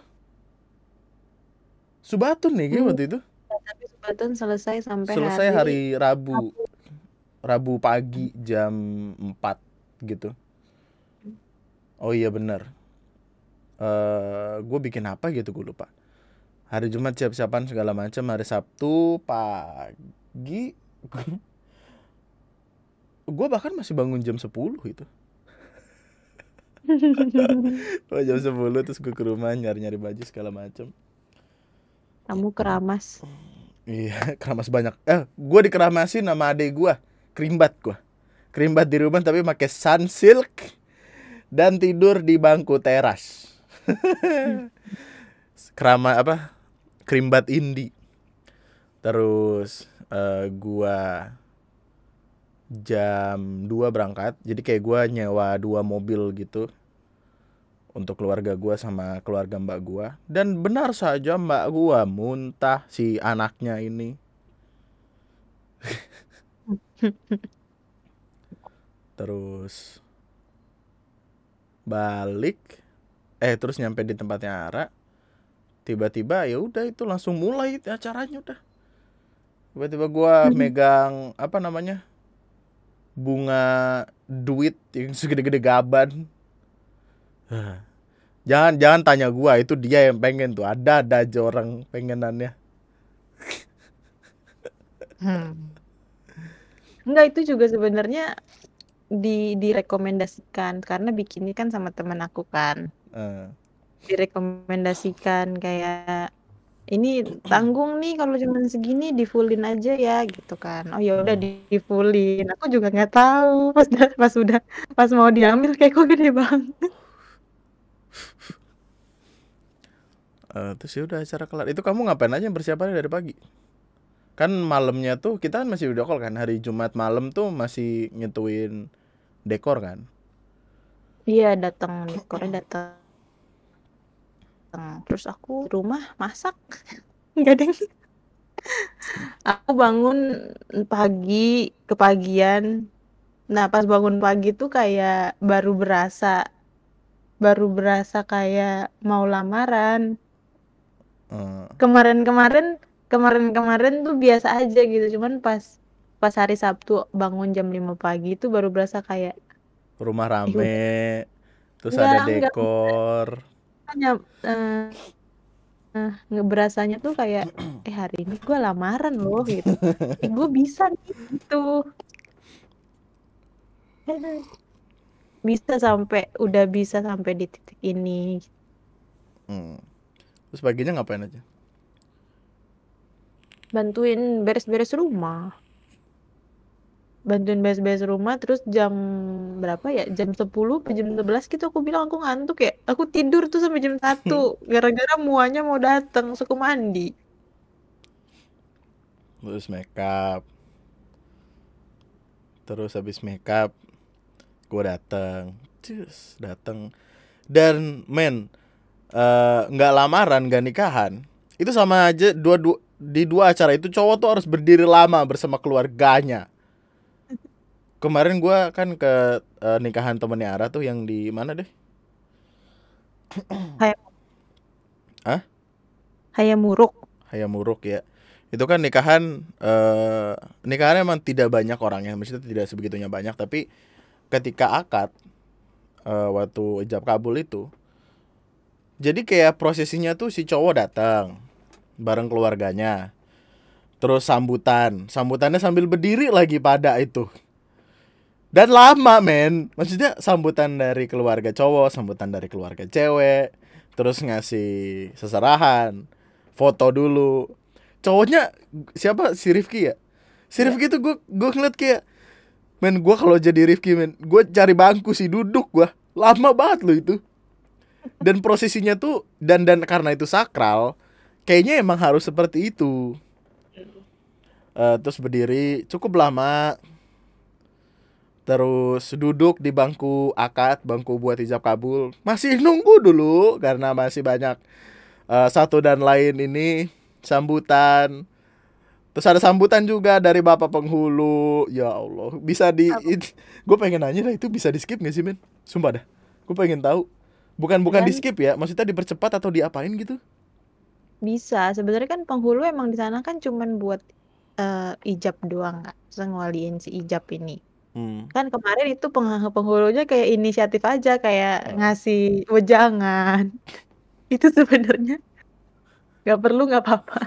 Subatun nih gue waktu itu. Tapi Subatun selesai sampai Selesai hari hari Rabu. Rabu. Rabu pagi jam 4 gitu. Oh iya bener. Gue bikin apa gitu gue lupa. Hari Jumat siap-siapan segala macam. Hari Sabtu pagi gue bahkan masih bangun jam 10 itu. Oh, jam 10 terus gue ke rumah nyari-nyari baju segala macam. Kamu keramas. Iya, keramas banyak. Gue dikeramasin sama adek gue. Kerimbat gue. Kerimbat di rumah tapi pakai sunsilk dan tidur di bangku teras. Kerama apa? Kerimbat indie. Terus gua jam 2 berangkat. Jadi kayak gua nyewa 2 mobil gitu untuk keluarga gua sama keluarga mbak gua. Dan benar saja mbak gua muntah si anaknya ini. Terus balik terus nyampe di tempatnya Ara. Tiba-tiba ya udah itu langsung mulai acaranya udah. Tiba-tiba gua megang apa namanya? Bunga duit yang segede-gede gaban. Jangan tanya gua, itu dia yang pengen tuh. Ada aja orang pengenannya. Enggak, itu juga sebenarnya direkomendasikan karena bikinnya kan sama teman aku kan. Direkomendasikan kayak ini tanggung nih kalau cuma segini di fullin aja ya gitu kan. Oh ya udah di fullin. Aku juga nggak tahu pas mau diambil kayak kok gede banget. Terus ya udah acara kelar. Itu kamu ngapain aja persiapannya dari pagi? Kan malamnya tuh kita kan masih video call kan. Hari Jumat malam tuh masih nyetuin dekor kan. Iya, dekornya datang. Terus aku di rumah masak. Enggak deh. Aku bangun pagi, kepagian. Nah, pas bangun pagi tuh kayak baru berasa kayak mau lamaran. Kemarin tuh biasa aja gitu. Cuman pas hari Sabtu bangun jam 5 pagi itu baru berasa kayak Rumah udah. rame, terus ada Enggak. dekor. Hanya ngeberasanya tuh kayak hari ini gue lamaran loh gitu. Gue bisa nih gitu. Udah bisa sampai di titik ini. Terus paginya ngapain aja? Bantuin beres-beres rumah. Terus jam berapa ya? Jam 10 atau jam 11 gitu aku bilang aku ngantuk ya. Aku tidur tuh sampai jam 1 gara-gara muanya mau datang, suka mandi. Terus make up. Terus habis make up gue dateng. Dan men, nggak lamaran, nggak nikahan, itu sama aja. Di dua acara itu cowok tuh harus berdiri lama bersama keluarganya. Kemarin gue kan ke nikahan temennya Ara tuh yang di mana deh? Hayamuruk ya. Itu kan nikahan emang tidak banyak orangnya, maksudnya tidak sebegitunya banyak. Tapi ketika akad, waktu ijab kabul itu, jadi kayak prosesinya tuh si cowok datang bareng keluarganya, terus sambutannya sambil berdiri lagi pada itu. Dan lama men, maksudnya sambutan dari keluarga cowok, sambutan dari keluarga cewek, terus ngasih seserahan, foto dulu. Cowoknya siapa, si Rifki ya? Si Rifki tuh gue ngeliat kayak, men, gue kalau jadi Rifki men, gue cari bangku sih, duduk gue. Lama banget loh itu. Dan prosesinya tuh dan karena itu sakral, kayaknya emang harus seperti itu. Terus berdiri cukup lama. Terus duduk di bangku akad, bangku buat ijab kabul. Masih nunggu dulu karena masih banyak satu dan lain ini sambutan. Terus ada sambutan juga dari bapak penghulu. Ya Allah, bisa gue pengen nanya lah, itu bisa di skip gak sih men? Sumpah dah. Gue pengen tahu. Bukan di Dan skip ya, maksudnya dipercepat atau diapain gitu? bisa sebenarnya kan penghulu emang di sana kan cuman buat ijab doang kan, terus ngewaliin si ijab ini. Hmm. Kan kemarin itu penghulunya kayak inisiatif aja kayak Oh. ngasih wejangan. Itu sebenarnya nggak perlu nggak apa-apa.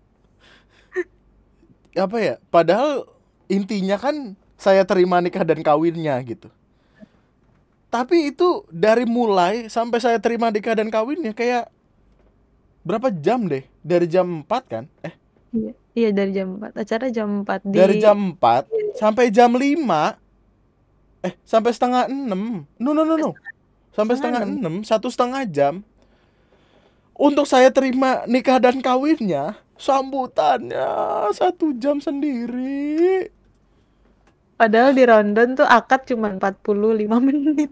Apa ya? Padahal intinya kan saya terima nikah dan kawinnya gitu. Tapi itu dari mulai sampai saya terima nikah dan kawinnya kayak berapa jam deh? Dari jam 4 kan? Iya, iya dari jam 4. Acara jam 4 di Dari jam 4 sampai jam 5. Sampai setengah 6. No no no no. Sampai setengah setengah 6. 6, 1,5 jam. Untuk saya terima nikah dan kawinnya, sambutannya 1 jam sendiri. Padahal di rundown tuh akad cuma 45 menit.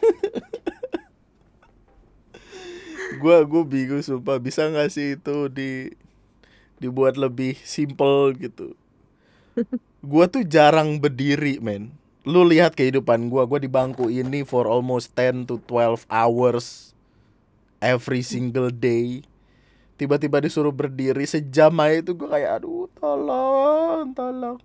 Gue bingung sumpah, bisa nggak sih itu dibuat lebih simple gitu. Gue tuh jarang berdiri, men. Lu lihat kehidupan gue di bangku ini for almost 10 to 12 hours every single day. Tiba-tiba disuruh berdiri sejam aja itu gue kayak aduh, tolong, tolong.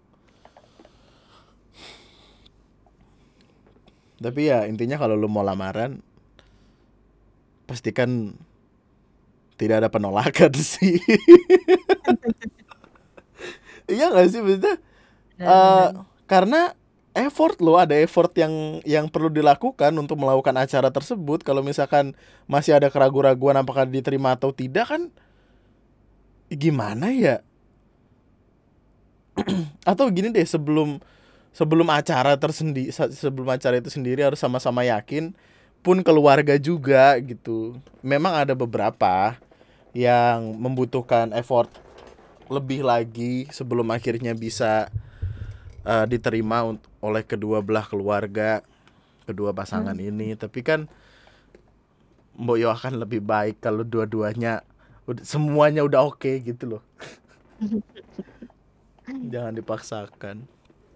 Tapi ya intinya kalau lu mau lamaran, pastikan tidak ada penolakan sih. Iya gak sih, maksudnya eh Benar-benar. karena effort lo, ada effort yang perlu dilakukan untuk melakukan acara tersebut. Kalau misalkan masih ada keraguan-raguan apakah diterima atau tidak kan gimana ya? Atau gini deh, sebelum sebelum acara sebelum acara itu sendiri harus sama-sama yakin, pun keluarga juga gitu. Memang ada beberapa yang membutuhkan effort lebih lagi sebelum akhirnya bisa diterima oleh kedua belah keluarga, kedua pasangan Hmm. ini. Tapi kan Mbok Yo akan lebih baik kalau dua-duanya semuanya udah oke gitu loh. Jangan dipaksakan.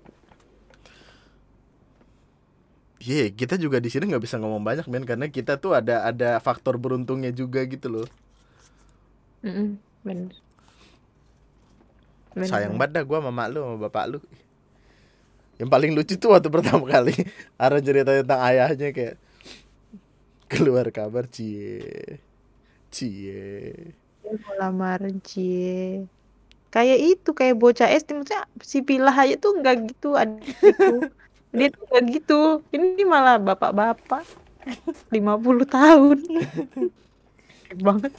Kita juga di sini nggak bisa ngomong banyak, men, karena kita tuh ada faktor beruntungnya juga gitu loh. Mm-mm, bener, Sayang bener. banget dah gue sama mak lu sama bapak lu. Yang paling lucu tuh waktu pertama kali Ara cerita tentang ayahnya kayak keluar kabar, cie cie. Dia mau lamaran cie. Kayak itu, kayak bocah SD. Maksudnya si Pilah aja tuh nggak gitu adikku. Dia tuh nggak gitu. Ini malah bapak-bapak 50 tahun. Keren banget.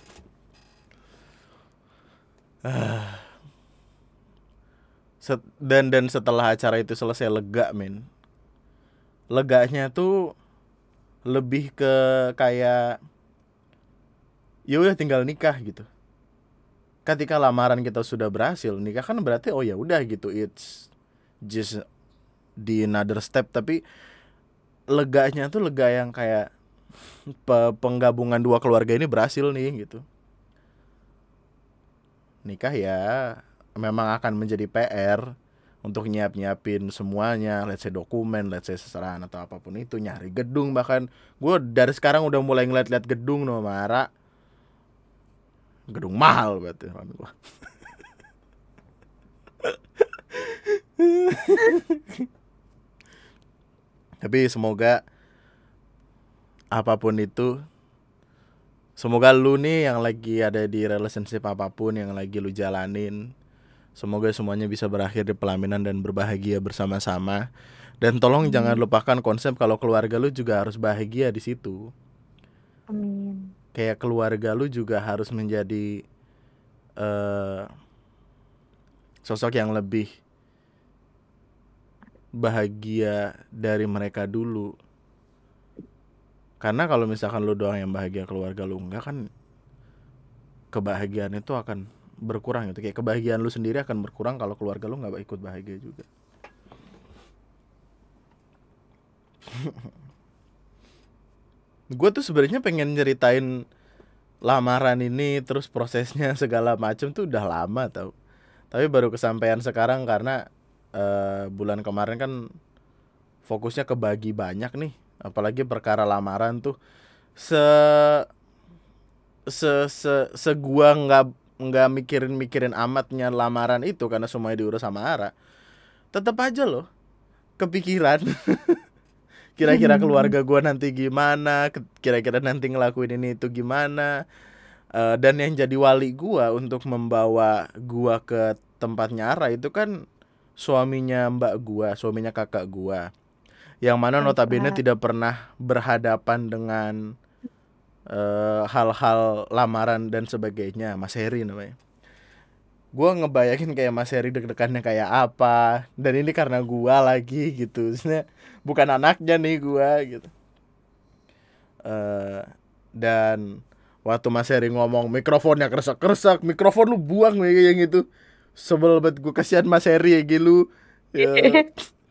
Dan setelah acara itu selesai lega, men. Leganya tuh lebih ke kayak ya udah tinggal nikah gitu. Ketika lamaran kita sudah berhasil, nikah kan berarti oh ya udah gitu, it's just di another step. Tapi leganya tuh lega yang kayak penggabungan dua keluarga ini berhasil nih gitu. Nikah ya memang akan menjadi PR untuk nyiapin semuanya, let's say dokumen, let's say seserahan atau apapun itu, nyari gedung. Bahkan gue dari sekarang udah mulai ngeliat-liat gedung no Mara. Gedung mahal berarti kan gue. Tapi semoga apapun itu, semoga lu nih yang lagi ada di relationship apapun yang lagi lu jalanin, semoga semuanya bisa berakhir di pelaminan dan berbahagia bersama-sama. Dan tolong jangan Amin. lupakan konsep kalau keluarga lu juga harus bahagia di situ. Amin. Kayak keluarga lu juga harus menjadi sosok yang lebih bahagia dari mereka dulu. Karena kalau misalkan lu doang yang bahagia, keluarga lu enggak, kan kebahagiaan itu akan berkurang gitu. Kayak kebahagiaan lu sendiri akan berkurang kalau keluarga lu nggak ikut bahagia juga. Gue tuh sebenarnya pengen nyeritain lamaran ini terus prosesnya segala macem tuh udah lama tau. Tapi baru kesampaian sekarang karena bulan kemarin kan fokusnya kebagi banyak nih. Apalagi perkara lamaran tuh, se se gua nggak mikirin amatnya lamaran itu karena semuanya diurus sama Ara. Tetap aja loh kepikiran kira-kira keluarga gua nanti gimana, kira-kira nanti ngelakuin ini itu gimana. Dan yang jadi wali gua untuk membawa gua ke tempatnya Ara itu kan suaminya mbak gua, suaminya kakak gua, yang mana notabene Baiklah. tidak pernah berhadapan dengan hal-hal lamaran dan sebagainya. Mas Heri namanya. Gua ngebayangin kayak Mas Heri deg-degannya kayak apa, dan ini karena gua lagi gitu. Maksudnya bukan anaknya nih gua gitu. Dan waktu Mas Heri ngomong mikrofonnya keresak-keresak, mikrofon lu buang kayak yang itu. Sebel banget gue, kasihan Mas Heri ya gitu. Ya.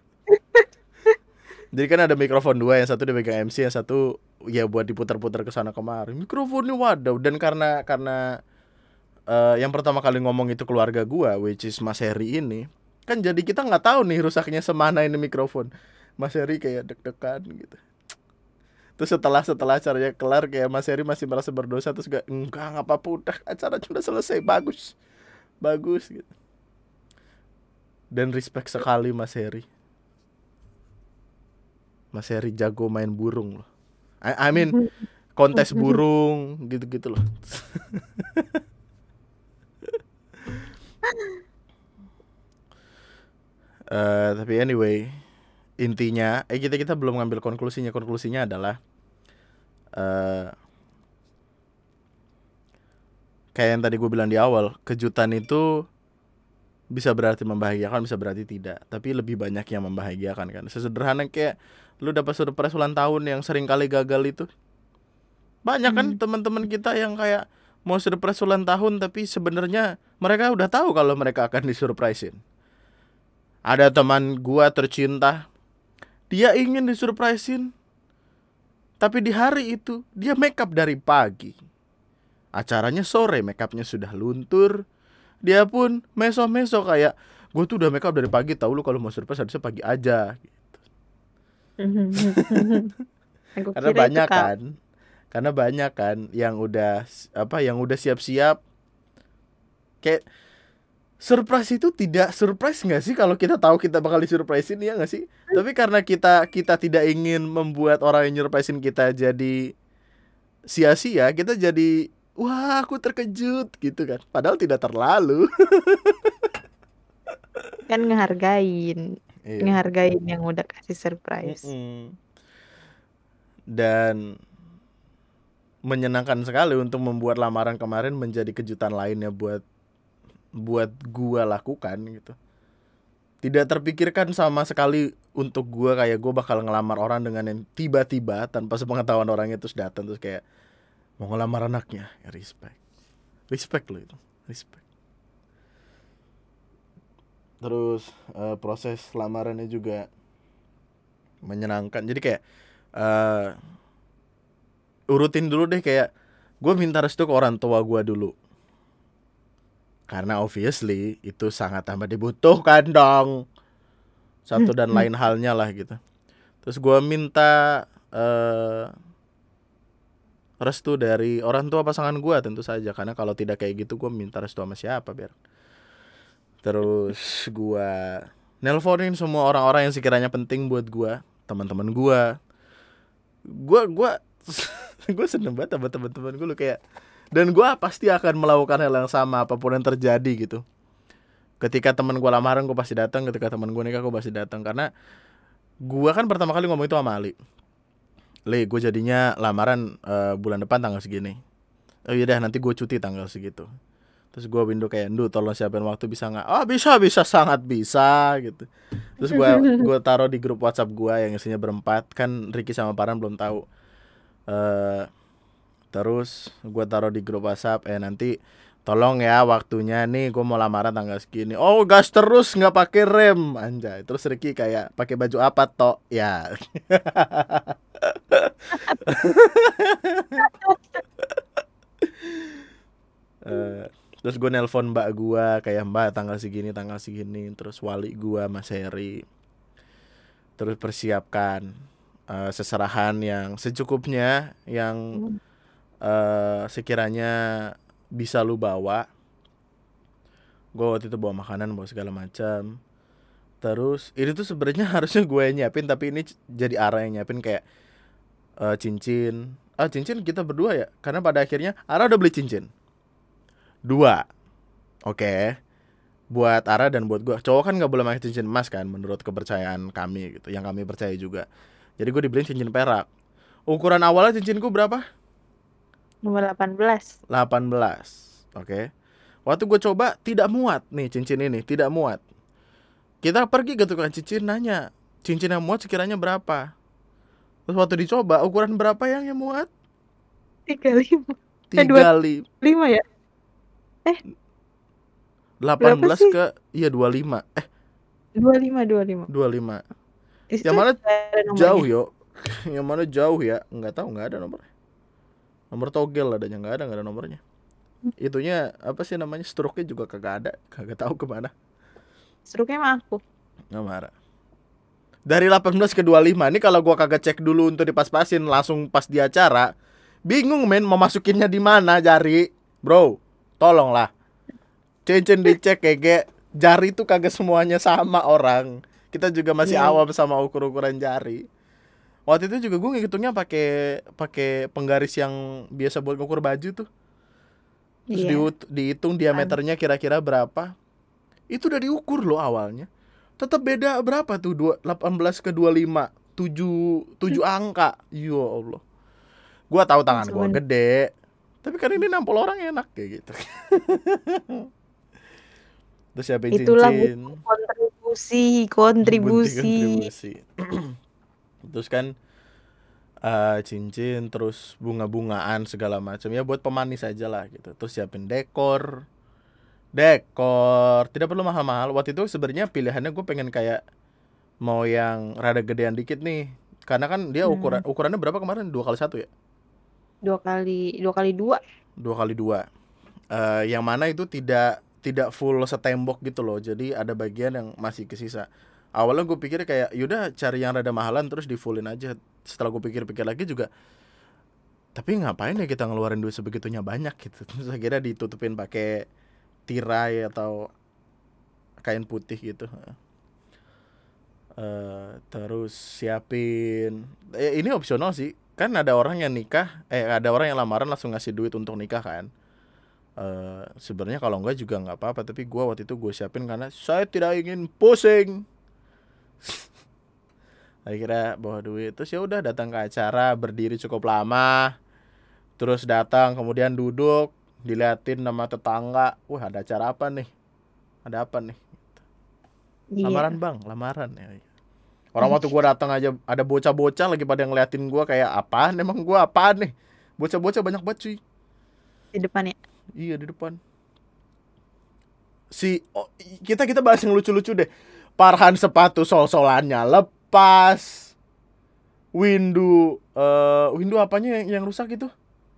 Jadi kan ada mikrofon dua, yang satu dipegang MC, yang satu ya buat diputar-putar ke sana kemari. Mikrofonnya wadaw, dan karena yang pertama kali ngomong itu keluarga gua, which is Mas Heri ini, kan jadi kita nggak tahu nih rusaknya semana ini mikrofon. Mas Heri kayak deg-degan gitu. Terus setelah acaranya kelar kayak Mas Heri masih merasa berdosa, terus enggak apa-apa, udah acara sudah selesai, bagus bagus gitu. Dan respect sekali Mas Heri. Mas Heri jago main burung loh. I mean kontes burung gitu-gitu loh. Tapi anyway, intinya kita belum ngambil konklusinya. Konklusinya adalah kayak yang tadi gue bilang di awal, kejutan itu bisa berarti membahagiakan, bisa berarti tidak. Tapi lebih banyak yang membahagiakan kan. Sesederhana kayak lu dapat surprise ulang tahun yang sering kali gagal itu. Banyak kan teman-teman kita yang kayak mau surprise ulang tahun tapi sebenarnya mereka udah tahu kalau mereka akan disurprisein. Ada teman gua tercinta, dia ingin disurprisein, tapi di hari itu dia make up dari pagi. Acaranya sore, make upnya sudah luntur. Dia pun meso-meso kayak, gue tuh udah make up dari pagi, tahu lu kalau mau surprise harusnya pagi aja. Aku Karena kira itu banyak kau. kan, karena banyak kan yang udah siap-siap. Kayak surprise itu tidak surprise nggak sih kalau kita tahu kita bakal disurprisein, ya nggak sih? Tapi karena kita tidak ingin membuat orang yang nyurprisein kita jadi sia-sia, kita jadi wah aku terkejut gitu kan. Padahal tidak terlalu. Kan ngehargain. Iya. Ngehargain yang udah kasih surprise. Mm-mm. Dan menyenangkan sekali untuk membuat lamaran kemarin menjadi kejutan lainnya buat buat gua lakukan gitu. Tidak terpikirkan sama sekali untuk gua kayak gua bakal ngelamar orang dengan yang tiba-tiba tanpa sepengetahuan orangnya terus datang terus kayak mau ngelamar anaknya. Ya, respect loh itu, respect. Terus proses lamarannya juga menyenangkan. Jadi kayak urutin dulu deh, kayak gue minta restu ke orang tua gue dulu, karena obviously itu sangat amat dibutuhkan dong, satu dan lain halnya lah gitu. Terus gue minta restu dari orang tua pasangan gue tentu saja, karena kalau tidak kayak gitu gue minta restu sama siapa biar. Terus gue nelponin semua orang-orang yang sekiranya penting buat gue, teman-teman gue gue seneng banget sama teman-teman gue lo kayak, dan gue pasti akan melakukan hal yang sama apapun yang terjadi gitu. Ketika teman gue lamaran gue pasti datang, ketika teman gue nikah gue pasti datang, karena gue kan pertama kali ngomong itu sama Ali. Le, gue jadinya lamaran bulan depan tanggal segini. Oh iya dah, nanti gue cuti tanggal segitu. Terus gue window kayak, Ndu tolong siapin waktu bisa nggak? Oh bisa sangat bisa gitu. Terus gue taruh di grup WhatsApp gue yang isinya berempat, kan Ricky sama Paran belum tahu. Terus gue taruh di grup WhatsApp, nanti tolong ya waktunya nih, gue mau lamaran tanggal segini. Oh gas terus nggak pakai rem, anjay. Terus Ricky kayak pakai baju apa toh? Ya. Terus gue nelpon mbak gue kayak, mbak tanggal segini, terus wali gue Mas Heri, terus persiapkan. seserahan yang secukupnya, yang Hmm. sekiranya bisa lu bawa. Gue waktu itu bawa makanan, bawa segala macam. Terus ini tuh sebenarnya harusnya gue yang nyiapin, tapi ini jadi Ara yang nyiapin kayak cincin. Cincin kita berdua ya, karena pada akhirnya Ara udah beli cincin 2. Oke. Buat Ara dan buat gue. Cowok kan nggak boleh pakai cincin emas kan, menurut kepercayaan kami gitu, yang kami percaya juga. Jadi gue dibeliin cincin perak. Ukuran awalnya cincinku berapa? Nomor 18. 18. Oke. Waktu gue coba tidak muat nih cincin ini, tidak muat. Kita pergi ke tukang cincin nanya, cincin yang muat sekiranya berapa? Terus waktu dicoba, ukuran berapa yang muat? 35. 35. 25 ya? 18 Berapa sih? ke iya 25. 25, 25. 25. Itu Yang mana ada jauh nomornya. yo? Yang mana jauh ya? Nggak tahu, nggak ada nomornya. Nomor togel adanya, nggak ada nomornya. Itunya apa sih namanya? Stroke-nya juga kagak ada, kagak tahu kemana. Struknya sama aku. Nggak marah. Dari 18 ke 25 ini kalau gua kagak cek dulu untuk dipas-pasin langsung pas di acara, bingung men mau masukinnya di mana jari. Bro, tolonglah. Cincin dicek kayak jari tuh kagak semuanya sama orang. Kita juga masih Iya, awam sama ukur-ukuran jari. Waktu itu juga gue ngitungnya pakai pakai penggaris yang biasa buat ngukur baju tuh. Terus iya. dihitung Kan. diameternya kira-kira berapa. Itu udah diukur loh awalnya. Tetap beda berapa tuh? 18 ke 25. 7 angka. Ya Allah. Gua tahu tangan gua Sebenarnya gede. Tapi kan ini nampol orang enak kayak gitu. Terus siapin itulah cincin, butuh kontribusi, kontribusi. kontribusi. Terus kan cincin, terus bunga-bungaan segala macam ya buat pemanis aja lah gitu. Terus siapin dekor tidak perlu mahal-mahal. Waktu itu sebenarnya pilihannya gue pengen kayak mau yang rada gedean dikit nih, karena kan dia ukurannya berapa kemarin, 2x1 ya, 2 kali 2. 2x2. Yang mana itu tidak full setembok gitu loh, jadi ada bagian yang masih kesisa. Awalnya gue pikir kayak yaudah cari yang rada mahalan terus di fullin aja. Setelah gue pikir-pikir lagi juga, tapi ngapain ya kita ngeluarin duit sebegitunya banyak gitu. Terus akhirnya ditutupin pakai tirai atau kain putih gitu. Terus siapin, ini opsional sih, kan ada orang yang nikah, ada orang yang lamaran langsung ngasih duit untuk nikah kan. Sebenarnya kalau enggak juga nggak apa-apa, tapi gue waktu itu gue siapin karena saya tidak ingin pusing. Akhirnya bawa duit, terus ya udah datang ke acara, berdiri cukup lama, terus datang kemudian duduk, diliatin nama tetangga, wah ada acara apa nih, ada apa nih, lamaran Iya. bang, lamaran ya. Orang waktu gua datang aja ada bocah-bocah lagi pada ngeliatin gua kayak apaan, emang gua apaan nih, bocah-bocah banyak banget cuy. Di depan ya. Iya di depan. Kita bahas yang lucu-lucu deh. Parhan sepatu sol-solannya lepas. Windu apanya yang rusak itu?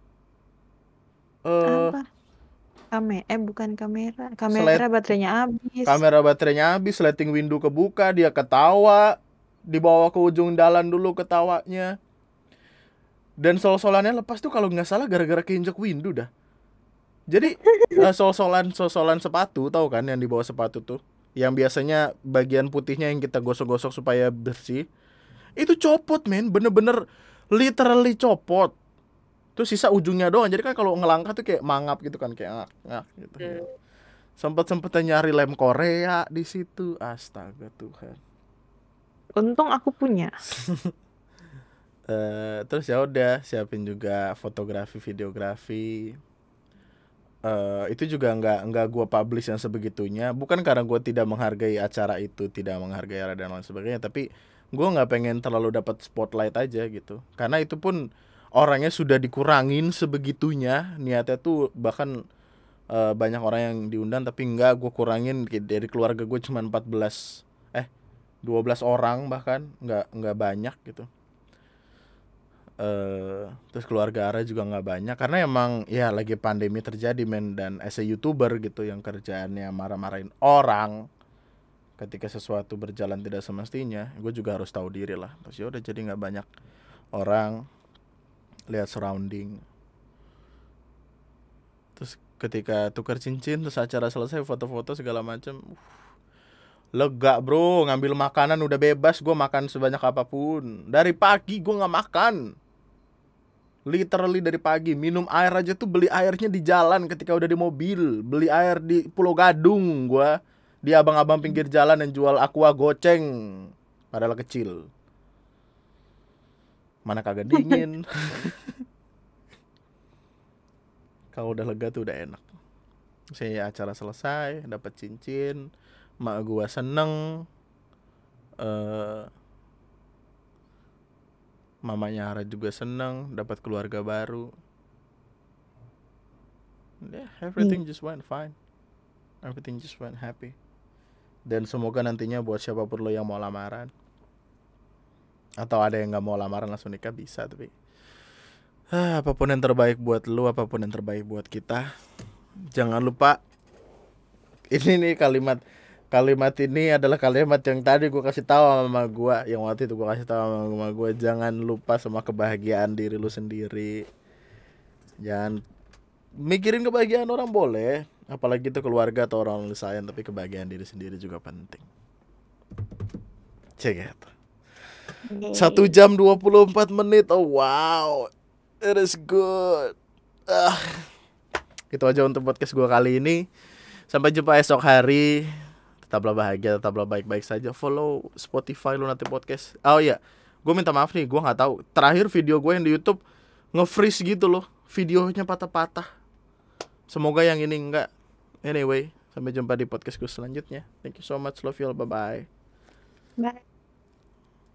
Eh Apa? Bukan kamera. Selet Kamera baterainya habis. kamera baterainya habis, letting window kebuka, dia ketawa, dibawa ke ujung jalan dulu ketawanya. Dan sol-solannya lepas tuh kalau nggak salah gara-gara keinjek window dah. Jadi sol-solan sepatu tahu kan yang di bawah sepatu tuh, yang biasanya bagian putihnya yang kita gosok-gosok supaya bersih, itu copot men, bener-bener literally copot. Terus sisa ujungnya doang. Jadi kan kalau ngelangkah tuh kayak mangap gitu kan, kayak ngak gitu. Sempet-sempetnya nyari lem Korea di situ. Astaga Tuhan. Untung aku punya. Terus ya udah siapin juga fotografi, videografi. Itu juga nggak gue publish yang sebegitunya. Bukan karena gue tidak menghargai acara itu, tidak menghargai dan lain sebagainya, tapi gue nggak pengen terlalu dapat spotlight aja gitu. Karena itu pun orangnya sudah dikurangin sebegitunya. Niatnya tuh bahkan banyak orang yang diundang, tapi enggak, gue kurangin dari keluarga gue cuma 12 orang, bahkan nggak banyak gitu. Terus keluarga Ara juga nggak banyak karena emang ya lagi pandemi terjadi men, dan as a YouTuber gitu yang kerjaannya marah-marahin orang, ketika sesuatu berjalan tidak semestinya, gue juga harus tahu diri lah. Terus ya udah, jadi nggak banyak orang, lihat surrounding. Terus ketika tukar cincin, terus acara selesai, foto-foto segala macam, lega bro. Ngambil makanan udah bebas, gue makan sebanyak apapun. Dari pagi gue nggak makan, literally dari pagi. Minum air aja tuh beli airnya di jalan ketika udah di mobil. Beli air di Pulau Gadung gue, di abang-abang pinggir jalan yang jual aqua goceng, padahal kecil. Mana kagak dingin. Kalau udah lega tuh udah enak. Saya acara selesai, dapat cincin, mak gua seneng, mamanya Hara juga seneng, dapat keluarga baru. Yeah, everything just went fine. Everything just went happy. Dan semoga nantinya buat siapapun lo yang mau lamaran, atau ada yang nggak mau lamaran langsung nikah, bisa. Tapi apapun yang terbaik buat lo, apapun yang terbaik buat kita. Jangan lupa, ini nih kalimat ini adalah kalimat yang tadi gue kasih tahu sama mama gue, yang waktu itu gue kasih tahu sama mama gue. Jangan lupa sama kebahagiaan diri lu sendiri. Jangan mikirin kebahagiaan orang boleh, apalagi itu keluarga atau orang lu sayang, tapi kebahagiaan diri sendiri juga penting. Cek ya. 1 jam 24 menit. Oh wow, it is good. Itu aja untuk podcast gue kali ini. Sampai jumpa esok hari. Tetaplah bahagia, tetaplah baik-baik saja. Follow Spotify Lunati Podcast. Oh iya, gue minta maaf nih, gue nggak tahu. Terakhir video gue yang di YouTube nge-freeze gitu loh, videonya patah-patah. Semoga yang ini enggak. Anyway, sampai jumpa di podcast gue selanjutnya. Thank you so much, love you all, bye-bye. Bye.